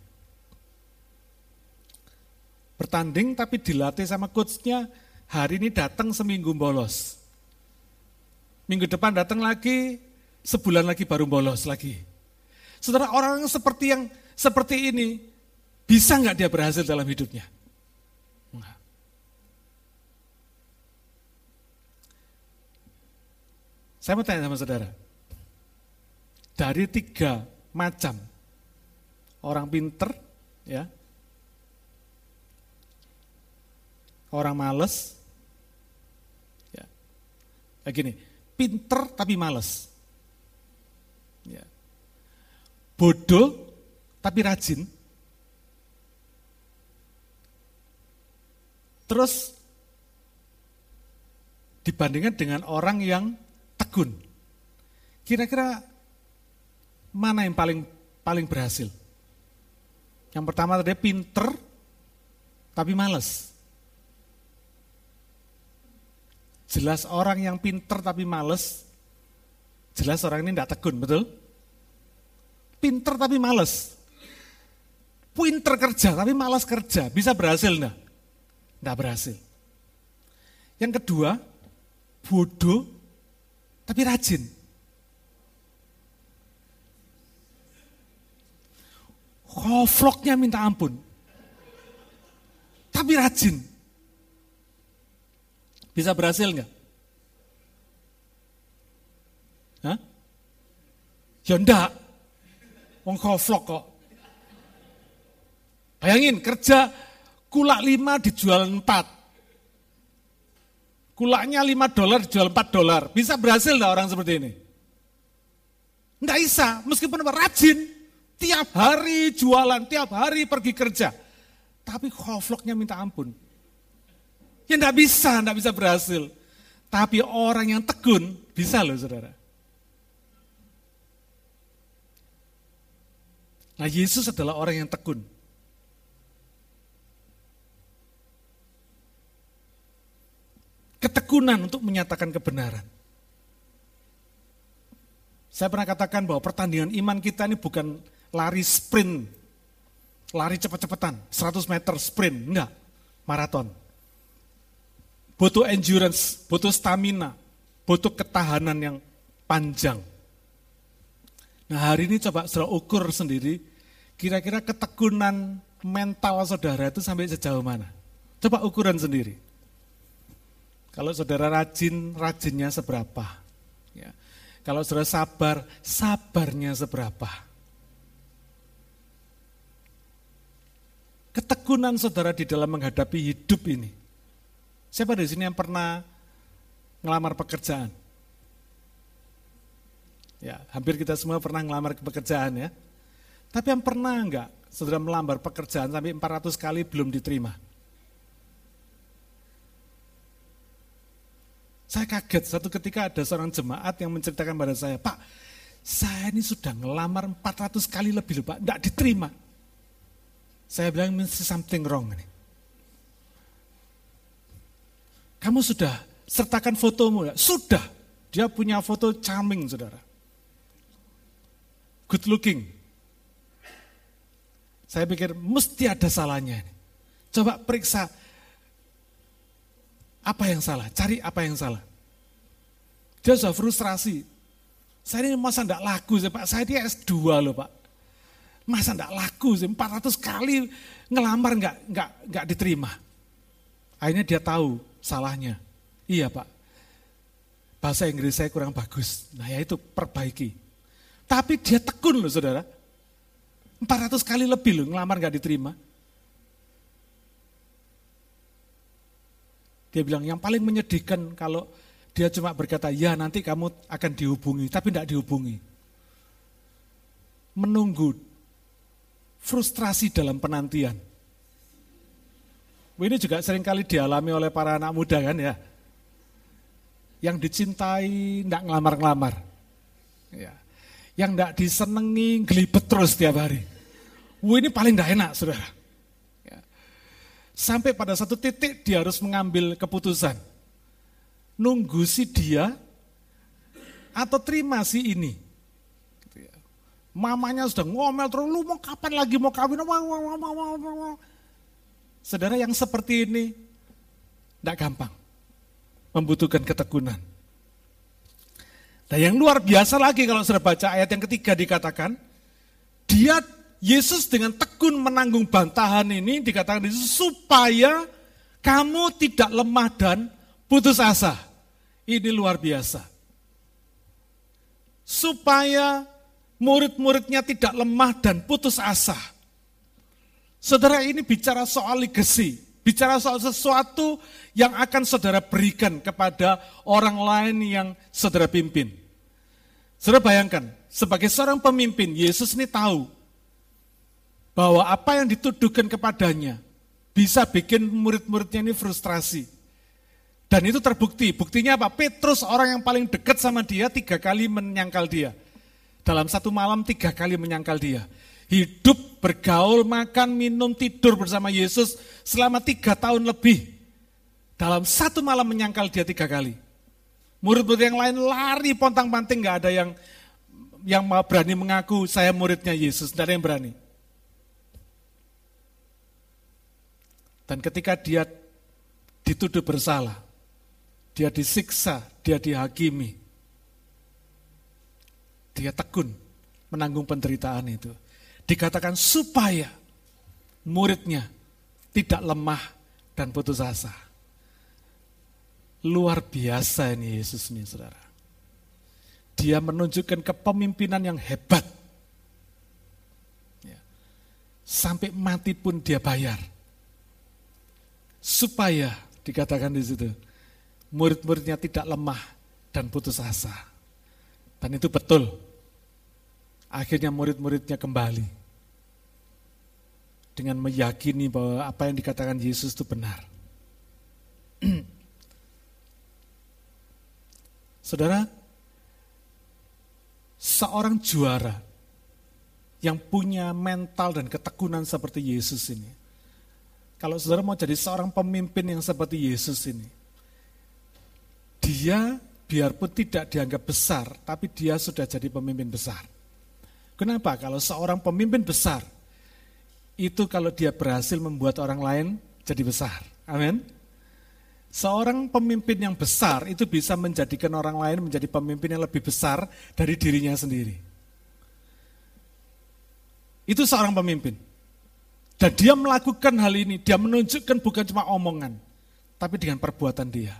Bertanding tapi dilatih sama coachnya, hari ini datang seminggu bolos. Minggu depan datang lagi, sebulan lagi baru bolos lagi. Saudara, orang seperti yang seperti ini, bisa nggak dia berhasil dalam hidupnya? Enggak. Saya mau tanya sama saudara, dari tiga macam orang pinter, ya, orang males, ya, kayak gini, pinter tapi males, ya, bodoh tapi rajin, terus dibandingkan dengan orang yang tekun. Kira-kira mana yang paling paling berhasil? Yang pertama tadi pinter tapi malas. Jelas orang yang pinter tapi malas, jelas orang ini tidak tekun, betul? Pinter tapi malas. Pinter kerja tapi malas kerja, bisa berhasil enggak? Tidak berhasil. Yang kedua, bodoh tapi rajin. Gobloknya minta ampun. Tapi rajin. Bisa berhasil enggak? Hah? Ya enggak. Wong goblok kok. Bayangin kerja kulak lima dijual empat. Kulaknya lima dolar dijual empat dolar. Bisa berhasil enggak orang seperti ini? Enggak bisa, meskipun rajin. Tiap hari jualan, tiap hari pergi kerja. Tapi gobloknya minta ampun. Ya enggak bisa, enggak bisa berhasil. Tapi orang yang tekun, bisa loh saudara. Nah Yesus adalah orang yang tekun. Ketekunan untuk menyatakan kebenaran. Saya pernah katakan bahwa pertandingan iman kita ini bukan lari sprint, lari cepet-cepetan, seratus meter sprint, enggak, maraton. Butuh endurance, butuh stamina, butuh ketahanan yang panjang. Nah hari ini coba saudara ukur sendiri, kira-kira ketekunan mental saudara itu sampai sejauh mana? Coba ukuran sendiri. Kalau saudara rajin, rajinnya seberapa? Ya. Kalau saudara sabar, sabarnya seberapa? Ketekunan saudara di dalam menghadapi hidup ini. Siapa di sini yang pernah ngelamar pekerjaan? Ya, hampir kita semua pernah ngelamar pekerjaan ya. Tapi yang pernah enggak saudara melamar pekerjaan sampai empat ratus kali belum diterima? Saya kaget, satu ketika ada seorang jemaat yang menceritakan pada saya, Pak, saya ini sudah ngelamar empat ratus kali lebih, Pak, enggak diterima. Saya bilang, something wrong. Kamu sudah sertakan fotomu ya? Sudah. Dia punya foto charming, saudara. Good looking. Saya pikir, mesti ada salahnya. Coba periksa, apa yang salah? Cari apa yang salah. Dia sudah frustrasi. Saya ini masa enggak laku, Pak. Saya ini S dua loh, Pak. Masa enggak laku sih, empat ratus kali ngelamar enggak, enggak, enggak diterima. Akhirnya dia tahu salahnya. Iya Pak, bahasa Inggris saya kurang bagus. Nah ya itu perbaiki. Tapi dia tekun loh saudara. empat ratus kali lebih loh ngelamar enggak diterima. Dia bilang yang paling menyedihkan kalau dia cuma berkata, ya nanti kamu akan dihubungi, tapi enggak dihubungi. Menunggu, frustrasi dalam penantian. Ini juga seringkali dialami oleh para anak muda kan ya. Yang dicintai enggak ngelamar-ngelamar. Ya. Yang enggak disenengi, gelibet terus tiap hari. Wah ini paling enggak enak saudara. Sampai pada satu titik dia harus mengambil keputusan. Nunggu si dia atau terima si ini. Mamanya sudah ngomel terus, lu mau kapan lagi mau kawin? Saudara yang seperti ini tidak gampang. Membutuhkan ketekunan. Nah yang luar biasa lagi kalau sudah baca ayat yang ketiga dikatakan, dia Yesus dengan tekun menanggung bantahan ini dikatakan supaya kamu tidak lemah dan putus asa. Ini luar biasa. Supaya murid-muridnya tidak lemah dan putus asa. Saudara ini bicara soal legacy, bicara soal sesuatu yang akan saudara berikan kepada orang lain yang saudara pimpin. Saudara bayangkan, sebagai seorang pemimpin, Yesus ini tahu bahwa apa yang dituduhkan kepadanya bisa bikin murid-muridnya ini frustrasi. Dan itu terbukti. Buktinya apa? Petrus orang yang paling dekat sama dia tiga kali menyangkal dia. Dalam satu malam tiga kali menyangkal dia. Hidup, bergaul, makan, minum, tidur bersama Yesus selama tiga tahun lebih. Dalam satu malam menyangkal dia tiga kali. Murid-murid yang lain lari pontang-panting, gak ada yang yang berani mengaku saya muridnya Yesus. Tidak ada yang berani. Dan ketika dia dituduh bersalah, dia disiksa, dia dihakimi, dia tekun menanggung penderitaan itu. Dikatakan supaya muridnya tidak lemah dan putus asa. Luar biasa ini Yesus ini saudara. Dia menunjukkan kepemimpinan yang hebat. Sampai mati pun dia bayar. Supaya dikatakan di situ murid-muridnya tidak lemah dan putus asa. Dan itu betul. Akhirnya murid-muridnya kembali dengan meyakini bahwa apa yang dikatakan Yesus itu benar. Saudara, seorang juara yang punya mental dan ketekunan seperti Yesus ini, kalau saudara mau jadi seorang pemimpin yang seperti Yesus ini, dia biarpun tidak dianggap besar, tapi dia sudah jadi pemimpin besar. Kenapa? Kalau seorang pemimpin besar, itu kalau dia berhasil membuat orang lain jadi besar. Amin. Seorang pemimpin yang besar itu bisa menjadikan orang lain menjadi pemimpin yang lebih besar dari dirinya sendiri. Itu seorang pemimpin. Dan dia melakukan hal ini, dia menunjukkan bukan cuma omongan, tapi dengan perbuatan dia.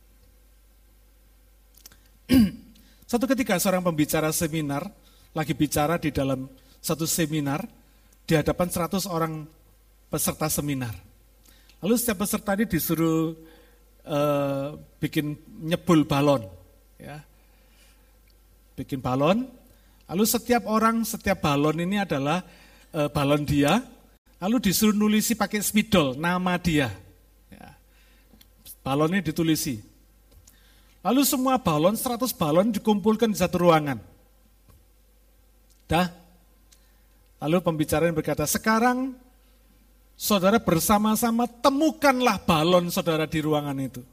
Satu ketika seorang pembicara seminar, lagi bicara di dalam satu seminar, di hadapan seratus orang peserta seminar. Lalu setiap peserta ini disuruh uh, bikin nyebul balon. Ya. Bikin balon, lalu setiap orang, setiap balon ini adalah uh, balon dia, lalu disuruh nulisi pakai spidol, nama dia. Ya. Balonnya ditulisi. Lalu semua balon, seratus balon dikumpulkan di satu ruangan. Dah. Lalu pembicara berkata, sekarang saudara bersama-sama temukanlah balon saudara di ruangan itu.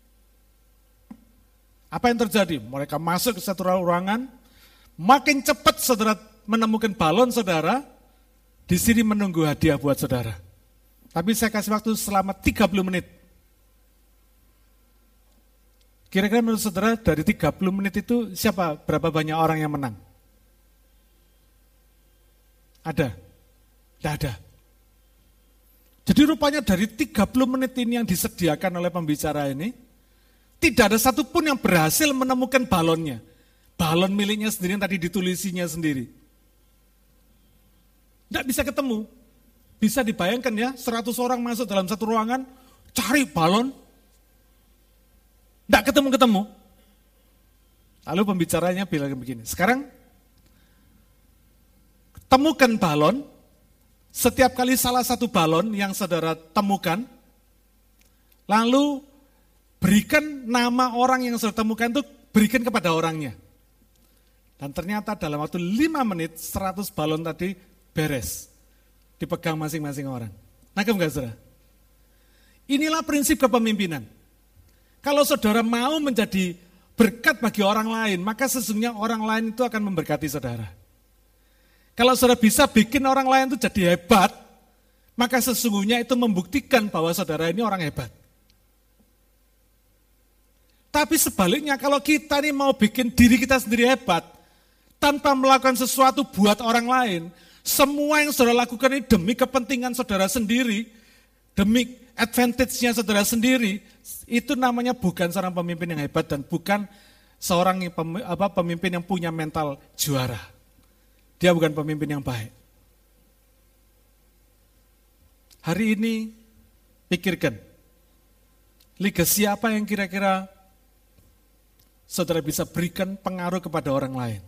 Apa yang terjadi? Mereka masuk ke satu ruangan, makin cepat saudara menemukan balon saudara, di sini menunggu hadiah buat saudara. Tapi saya kasih waktu selama tiga puluh menit. Kira-kira menurut saudara dari tiga puluh menit itu siapa, berapa banyak orang yang menang? Ada? Tidak ada. Jadi rupanya dari tiga puluh menit ini yang disediakan oleh pembicara ini, tidak ada satupun yang berhasil menemukan balonnya. Balon miliknya sendiri yang tadi ditulisinya sendiri. Tidak bisa ketemu. Bisa dibayangkan ya, seratus orang masuk dalam satu ruangan, cari balon, tidak ketemu-ketemu. Lalu pembicaranya bilang begini, sekarang temukan balon, setiap kali salah satu balon yang saudara temukan, lalu berikan nama orang yang saudara temukan itu, berikan kepada orangnya. Dan ternyata dalam waktu lima menit, seratus balon tadi beres. Dipegang masing-masing orang. Nangkep enggak saudara? Inilah prinsip kepemimpinan. Kalau saudara mau menjadi berkat bagi orang lain, maka sesungguhnya orang lain itu akan memberkati saudara. Kalau saudara bisa bikin orang lain itu jadi hebat, maka sesungguhnya itu membuktikan bahwa saudara ini orang hebat. Tapi sebaliknya kalau kita ini mau bikin diri kita sendiri hebat, tanpa melakukan sesuatu buat orang lain, semua yang saudara lakukan ini demi kepentingan saudara sendiri, demi advantage-nya saudara sendiri, itu namanya bukan seorang pemimpin yang hebat dan bukan seorang yang pem, apa, pemimpin yang punya mental juara. Dia bukan pemimpin yang baik. Hari ini pikirkan, legacy apa yang kira-kira saudara bisa berikan pengaruh kepada orang lain.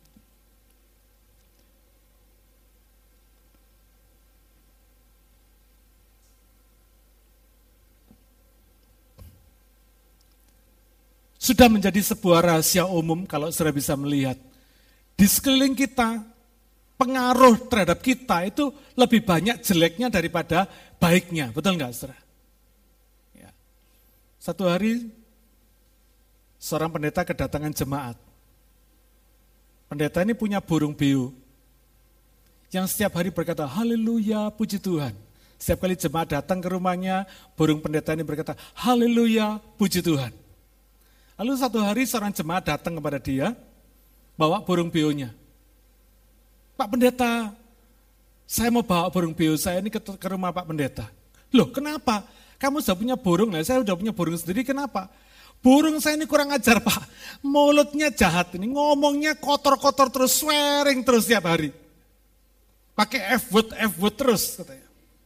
Sudah menjadi sebuah rahasia umum kalau saudara bisa melihat. Di sekeliling kita, pengaruh terhadap kita itu lebih banyak jeleknya daripada baiknya. Betul enggak saudara? Ya. Satu hari, seorang pendeta kedatangan jemaat. Pendeta ini punya burung beo. Yang setiap hari berkata, haleluya, puji Tuhan. Setiap kali jemaat datang ke rumahnya, burung pendeta ini berkata, haleluya, puji Tuhan. Lalu satu hari seorang jemaat datang kepada dia, bawa burung beonya. Pak pendeta, saya mau bawa burung beo saya ini ke, ke rumah Pak pendeta. Loh kenapa? Kamu sudah punya burung, nah saya sudah punya burung sendiri, kenapa? Burung saya ini kurang ajar Pak, mulutnya jahat ini, ngomongnya kotor-kotor terus, swearing terus tiap hari. Pakai F-word, F-word terus katanya.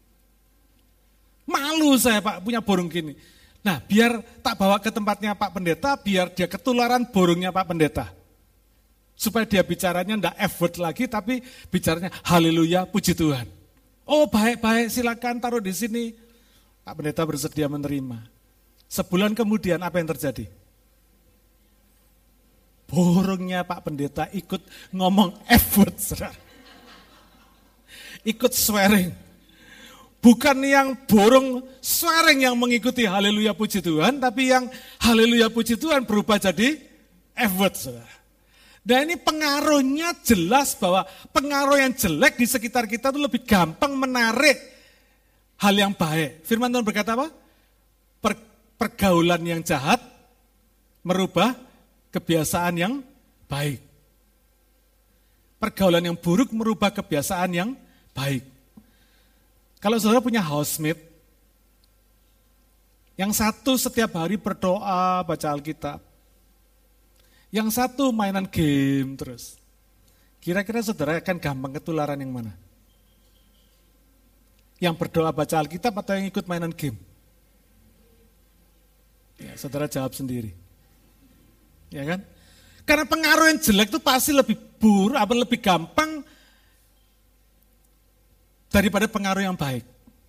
Malu saya Pak punya burung gini. Nah, biar tak bawa ke tempatnya Pak Pendeta, biar dia ketularan burungnya Pak Pendeta. Supaya dia bicaranya enggak F-word lagi, tapi bicaranya haleluya, puji Tuhan. Oh baik-baik, silakan taruh di sini. Pak Pendeta bersedia menerima. Sebulan kemudian apa yang terjadi? Burungnya Pak Pendeta ikut ngomong F-word, saudara. Ikut swearing. Bukan yang burung swearing yang mengikuti haleluya puji Tuhan, tapi yang haleluya puji Tuhan berubah jadi F-word, saudara. Dan ini pengaruhnya jelas bahwa pengaruh yang jelek di sekitar kita itu lebih gampang menarik hal yang baik. Firman Tuhan berkata apa? Per, pergaulan yang jahat merubah kebiasaan yang baik. Pergaulan yang buruk merubah kebiasaan yang baik. Kalau saudara punya housemate, yang satu setiap hari berdoa, baca Alkitab, yang satu mainan game terus, kira-kira saudara akan gampang ketularan yang mana? Yang berdoa baca Alkitab atau yang ikut mainan game? Ya, saudara jawab sendiri. Ya kan? Karena pengaruh yang jelek itu pasti lebih buruk, apa lebih gampang daripada pengaruh yang baik.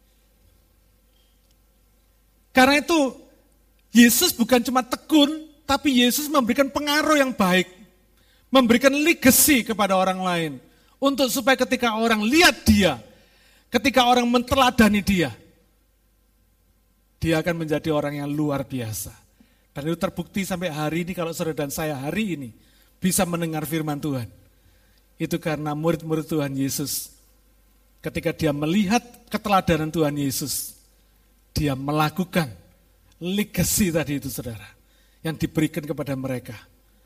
Karena itu, Yesus bukan cuma tekun, tapi Yesus memberikan pengaruh yang baik. Memberikan legacy kepada orang lain. Untuk supaya ketika orang lihat dia, ketika orang menteladani dia, dia akan menjadi orang yang luar biasa. Dan itu terbukti sampai hari ini kalau saudara dan saya hari ini bisa mendengar firman Tuhan. Itu karena murid-murid Tuhan Yesus, ketika dia melihat keteladanan Tuhan Yesus, dia melakukan legacy tadi itu saudara, yang diberikan kepada mereka,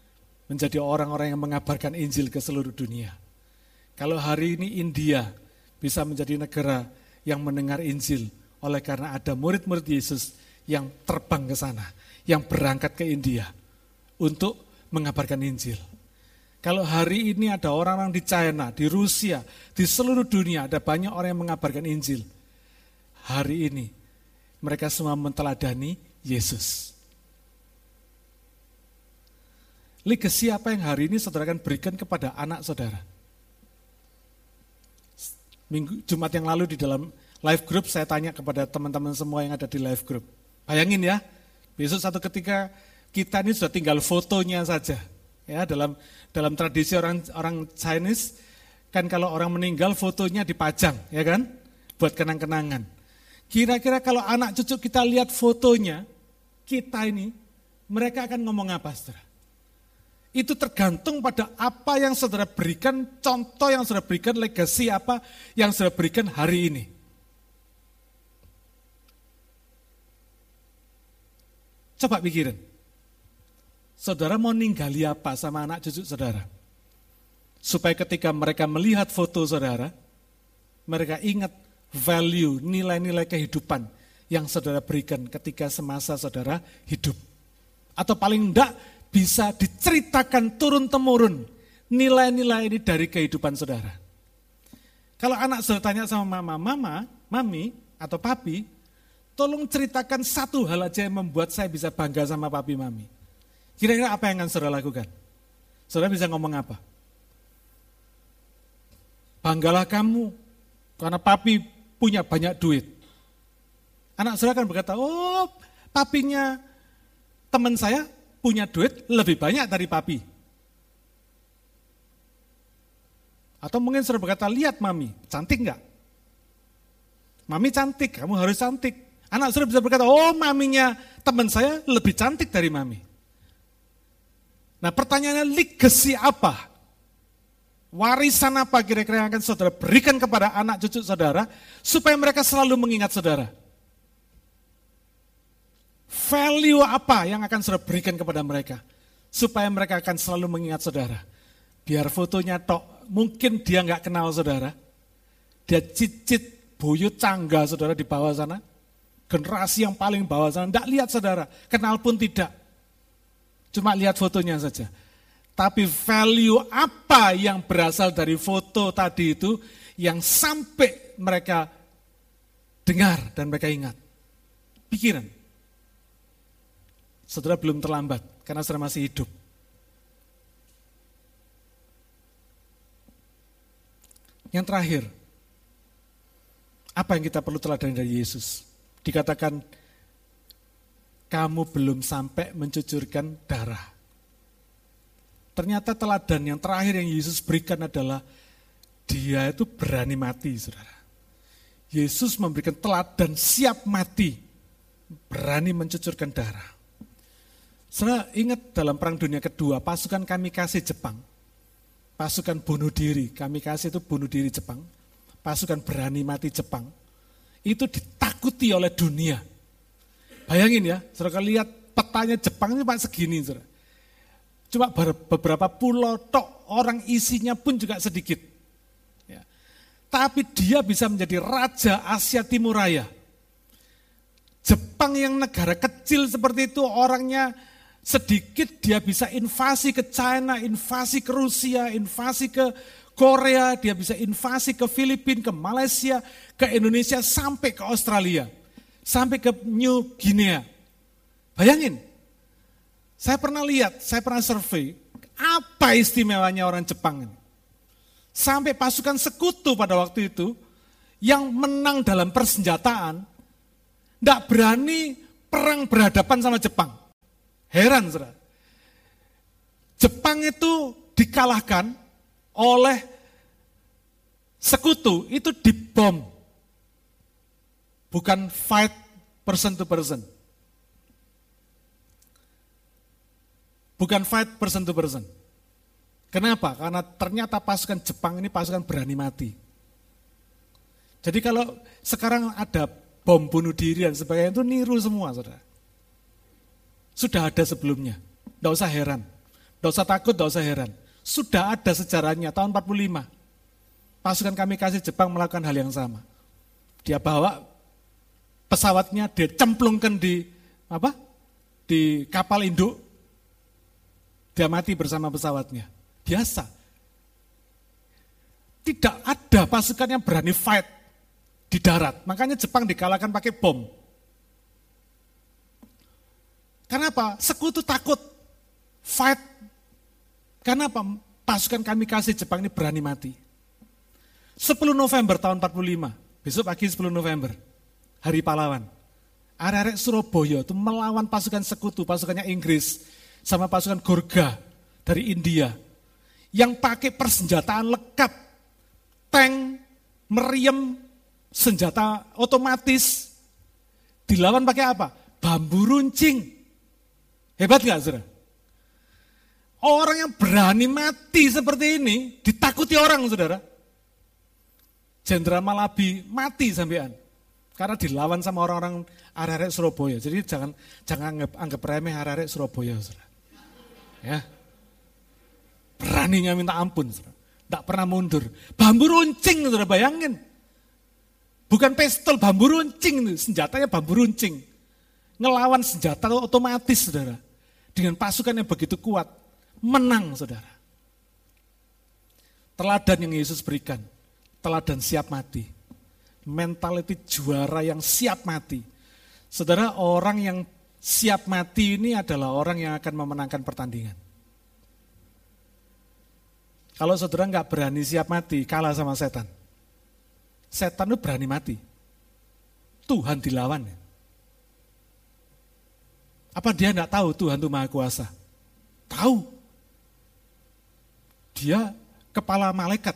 menjadi orang-orang yang mengabarkan Injil ke seluruh dunia. Kalau hari ini India bisa menjadi negara yang mendengar Injil oleh karena ada murid-murid Yesus yang terbang ke sana, yang berangkat ke India untuk mengabarkan Injil. Kalau hari ini ada orang-orang di China, di Rusia, di seluruh dunia ada banyak orang yang mengabarkan Injil. Hari ini mereka semua menteladani Yesus. Legasi apa yang hari ini saudara akan berikan kepada anak saudara? Minggu Jumat yang lalu di dalam live group saya tanya kepada teman-teman semua yang ada di live group. Bayangin ya, besok satu ketika kita ini sudah tinggal fotonya saja. Ya, dalam dalam tradisi orang orang Chinese kan kalau orang meninggal fotonya dipajang, ya kan? Buat kenang-kenangan. Kira-kira kalau anak cucu kita lihat fotonya, kita ini, mereka akan ngomong apa, saudara? Itu tergantung pada apa yang saudara berikan, contoh yang saudara berikan, legasi apa yang saudara berikan hari ini. Coba pikirin. Saudara mau ninggali apa sama anak cucu saudara? Supaya ketika mereka melihat foto saudara, mereka ingat value, nilai-nilai kehidupan yang saudara berikan ketika semasa saudara hidup. Atau paling enggak bisa diceritakan turun-temurun nilai-nilai ini dari kehidupan saudara. Kalau anak saudara tanya sama mama, mama, mami, atau papi, tolong ceritakan satu hal aja yang membuat saya bisa bangga sama papi, mami. Kira-kira apa yang akan saudara lakukan? Saudara bisa ngomong apa? Banggalah kamu, karena papi punya banyak duit. Anak saudara akan berkata, oh papinya teman saya punya duit lebih banyak dari papi. Atau mungkin saudara berkata, lihat mami, cantik enggak? Mami cantik, kamu harus cantik. Anak saudara bisa berkata, oh maminya teman saya lebih cantik dari mami. Nah pertanyaannya, legacy apa? Warisan apa kira-kira yang akan saudara berikan kepada anak cucu saudara supaya mereka selalu mengingat saudara? Value apa yang akan saudara berikan kepada mereka supaya mereka akan selalu mengingat saudara? Biar fotonya tok, mungkin dia nggak kenal saudara, dia cicit buyut cangga saudara di bawah sana, generasi yang paling bawah sana, nggak lihat saudara, kenal pun tidak. Cuma lihat fotonya saja. Tapi value apa yang berasal dari foto tadi itu yang sampai mereka dengar dan mereka ingat? Pikiran. Saudara belum terlambat karena saudara masih hidup. Yang terakhir, apa yang kita perlu teladani dari Yesus? Dikatakan, kamu belum sampai mencucurkan darah. Ternyata teladan yang terakhir yang Yesus berikan adalah dia itu berani mati, saudara. Yesus memberikan teladan siap mati, berani mencucurkan darah. Saudara ingat dalam Perang Dunia Kedua, pasukan kamikaze Jepang, pasukan bunuh diri, kamikaze itu bunuh diri Jepang, pasukan berani mati Jepang, itu ditakuti oleh dunia. Bayangin ya, saudara lihat petanya Jepang ini pak segini, saudara. Cuma beberapa pulau tok, orang isinya pun juga sedikit. Ya. Tapi dia bisa menjadi raja Asia Timur Raya. Jepang yang negara kecil seperti itu, orangnya sedikit, dia bisa invasi ke China, invasi ke Rusia, invasi ke Korea, dia bisa invasi ke Filipina, ke Malaysia, ke Indonesia, sampai ke Australia. Sampai ke New Guinea. Bayangin, saya pernah lihat, saya pernah survei, apa istimewanya orang Jepang ini. Sampai pasukan sekutu pada waktu itu, yang menang dalam persenjataan, tidak berani perang berhadapan sama Jepang. Heran, saudara. Jepang itu dikalahkan oleh sekutu, itu dibom. Bukan fight person to person. Bukan fight person to person. Kenapa? Karena ternyata pasukan Jepang ini pasukan berani mati. Jadi kalau sekarang ada bom bunuh diri dan sebagainya itu niru semua, saudara. Sudah ada sebelumnya. Tidak usah heran. Tidak usah takut, tidak usah heran. Sudah ada sejarahnya tahun empat puluh lima. pasukan kamikaze Jepang melakukan hal yang sama. Dia bawa pesawatnya, dia cemplungkan di apa? Di kapal induk, dia mati bersama pesawatnya. Biasa. Tidak ada pasukan yang berani fight di darat. Makanya Jepang dikalahkan pakai bom. Kenapa? Sekutu takut fight. Kenapa? Pasukan kamikaze Jepang ini berani mati. sepuluh November tahun empat puluh lima, besok pagi sepuluh November, Hari Pahlawan. Arek-arek Surabaya itu melawan pasukan sekutu, pasukannya Inggris, sama pasukan Gorga dari India, yang pakai persenjataan lengkap, tank, meriam, senjata otomatis, dilawan pakai apa? Bambu runcing. Hebat gak, saudara? Orang yang berani mati seperti ini, ditakuti orang, saudara. Jenderal Malabi mati sampean. Karena dilawan sama orang-orang arek-arek Surabaya. Jadi jangan jangan anggap, anggap remeh arek-arek Surabaya, saudara. Ya. Beraninya minta ampun, saudara. Tidak pernah mundur. Bambu runcing, saudara, bayangin. Bukan pistol, bambu runcing. Senjatanya bambu runcing. Ngelawan senjata otomatis, saudara. Dengan pasukan yang begitu kuat. Menang, saudara. Teladan yang Yesus berikan. Teladan siap mati. Mentality juara yang siap mati. Saudara, orang yang siap mati ini adalah orang yang akan memenangkan pertandingan. Kalau saudara nggak berani siap mati, kalah sama setan. Setan itu berani mati. Tuhan dilawan. Apa dia nggak tahu Tuhan itu Maha Kuasa? Tahu. Dia kepala malaikat.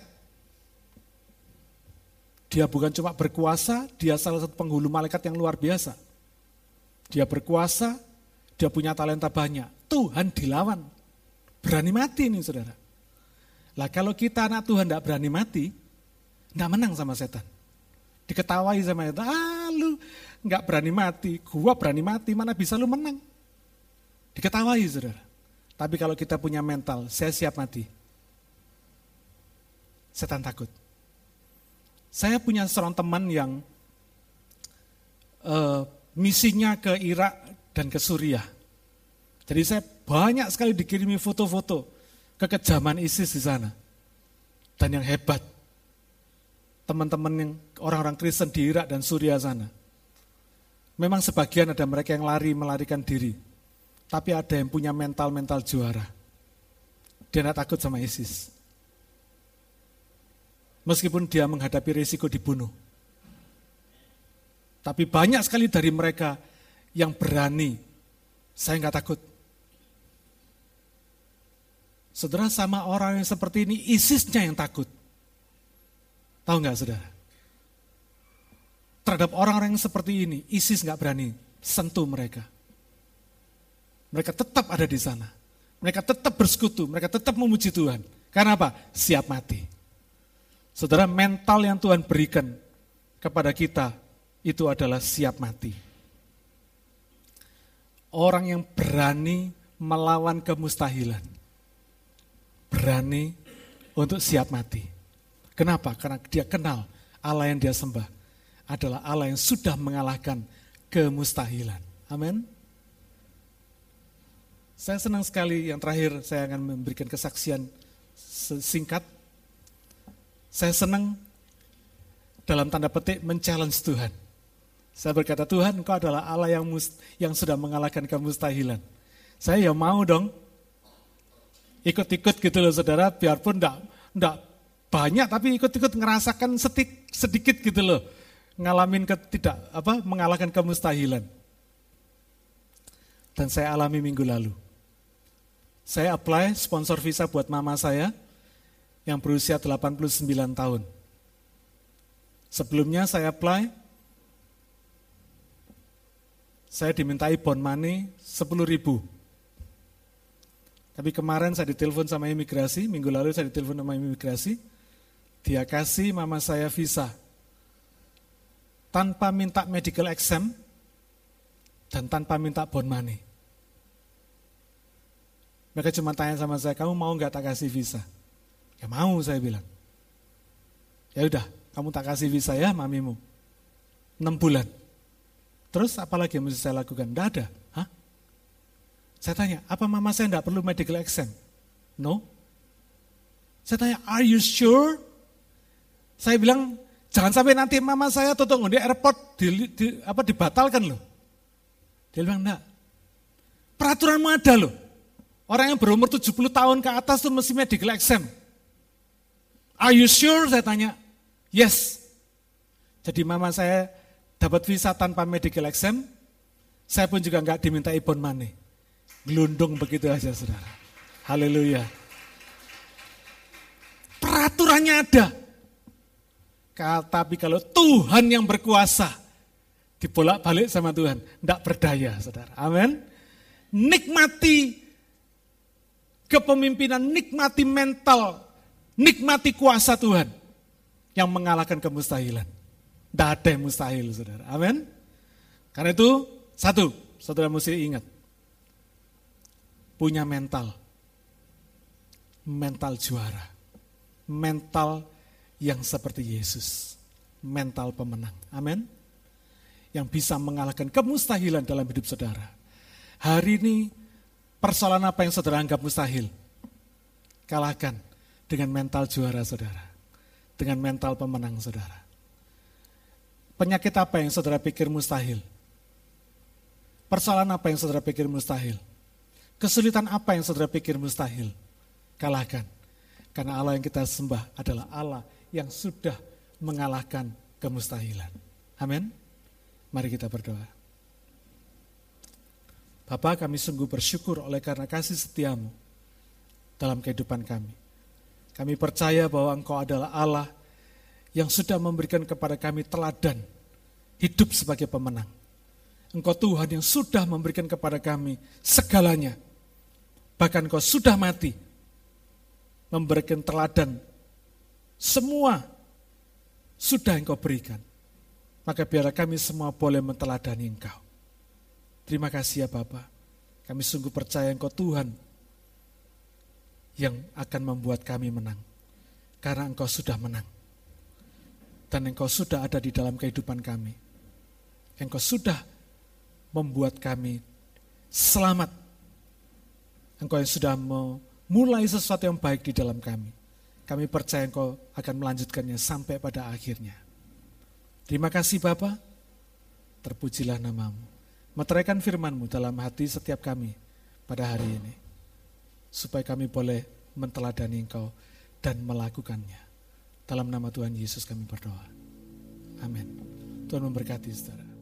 Dia bukan cuma berkuasa, dia salah satu penghulu malaikat yang luar biasa. Dia berkuasa, dia punya talenta banyak. Tuhan dilawan. Berani mati nih, saudara. Lah kalau kita anak Tuhan tidak berani mati, tidak menang sama setan. Diketawai sama setan, ah lu nggak berani mati, gua berani mati, mana bisa lu menang. Diketawai, saudara. Tapi kalau kita punya mental, saya siap mati. Setan takut. Saya punya seorang teman yang uh, misinya ke Irak dan ke Suriah. Jadi saya banyak sekali dikirimi foto-foto kekejaman ISIS di sana. Dan yang hebat, teman-teman yang orang-orang Kristen di Irak dan Suriah sana. Memang sebagian ada mereka yang lari, melarikan diri. Tapi ada yang punya mental-mental juara. Dia tidak takut sama ISIS. Meskipun dia menghadapi risiko dibunuh. Tapi banyak sekali dari mereka yang berani. Saya nggak takut. Saudara, sama orang yang seperti ini, ISIS-nya yang takut. Tahu nggak, saudara? Terhadap orang-orang yang seperti ini, ISIS nggak berani sentuh mereka. Mereka tetap ada di sana. Mereka tetap bersekutu, mereka tetap memuji Tuhan. Karena apa? Siap mati. Saudara, mental yang Tuhan berikan kepada kita itu adalah siap mati. Orang yang berani melawan kemustahilan. Berani untuk siap mati. Kenapa? Karena dia kenal Allah yang dia sembah adalah Allah yang sudah mengalahkan kemustahilan. Amin. Saya senang sekali, yang terakhir saya akan memberikan kesaksian singkat. Saya senang dalam tanda petik men-challenge Tuhan. Saya berkata, Tuhan, Engkau adalah Allah yang must, yang sudah mengalahkan kemustahilan. Saya ya mau dong ikut-ikut gitu loh, saudara, biarpun enggak, enggak banyak, tapi ikut-ikut ngerasakan sedik, sedikit gitu loh, ngalamin ketidak apa mengalahkan kemustahilan. Dan saya alami minggu lalu. Saya apply sponsor visa buat mama saya yang berusia delapan puluh sembilan tahun. Sebelumnya saya apply, saya dimintai bond money sepuluh ribu. Tapi kemarin saya ditelepon sama imigrasi, minggu lalu saya ditelepon sama imigrasi, dia kasih mama saya visa tanpa minta medical exam dan tanpa minta bond money. Mereka cuma tanya sama saya, kamu mau nggak tak kasih visa? Ya mau, saya bilang. Ya udah, kamu tak kasih visa ya mamimu. enam bulan. Terus apa lagi yang mesti saya lakukan? Tidak ada. Hah? Saya tanya, apa mama saya tidak perlu medical exam? No. Saya tanya, are you sure? Saya bilang, jangan sampai nanti mama saya tutup di airport di, di, apa, dibatalkan loh. Dia bilang, enggak. Peraturanmu ada loh. Orang yang berumur tujuh puluh tahun ke atas tuh mesti medical exam. Are you sure? Saya tanya. Yes. Jadi mama saya dapat visa tanpa medical exam. Saya pun juga enggak diminta ibon money. Gelundung begitu aja saudara. Haleluya. Peraturannya ada. Tapi kalau Tuhan yang berkuasa, dibolak-balik sama Tuhan, tidak berdaya saudara. Amin. Nikmati kepemimpinan, nikmati mental, nikmati kuasa Tuhan yang mengalahkan kemustahilan. Tidak ada yang mustahil saudara. Amin. Karena itu, satu, saudara mesti ingat, punya mental, mental juara, mental yang seperti Yesus, mental pemenang. Amin. Yang bisa mengalahkan kemustahilan dalam hidup saudara. Hari ini persoalan apa yang saudara anggap mustahil? Kalahkan dengan mental juara saudara. Dengan mental pemenang saudara. Penyakit apa yang saudara pikir mustahil? Persoalan apa yang saudara pikir mustahil? Kesulitan apa yang saudara pikir mustahil? Kalahkan. Karena Allah yang kita sembah adalah Allah yang sudah mengalahkan kemustahilan. Amin. Mari kita berdoa. Bapa, kami sungguh bersyukur oleh karena kasih setiamu dalam kehidupan kami. Kami percaya bahwa Engkau adalah Allah yang sudah memberikan kepada kami teladan hidup sebagai pemenang. Engkau Tuhan yang sudah memberikan kepada kami segalanya. Bahkan Engkau sudah mati, memberikan teladan semua sudah Engkau berikan. Maka biarlah kami semua boleh menteladani Engkau. Terima kasih ya Bapa. Kami sungguh percaya Engkau Tuhan yang akan membuat kami menang. Karena Engkau sudah menang. Dan Engkau sudah ada di dalam kehidupan kami. Engkau sudah membuat kami selamat. Engkau yang sudah memulai sesuatu yang baik di dalam kami. Kami percaya Engkau akan melanjutkannya sampai pada akhirnya. Terima kasih Bapa, terpujilah namamu. Meteraikan firman-Mu dalam hati setiap kami pada hari ini. Supaya kami boleh menteladani Engkau dan melakukannya. Dalam nama Tuhan Yesus kami berdoa. Amin. Tuhan memberkati saudara.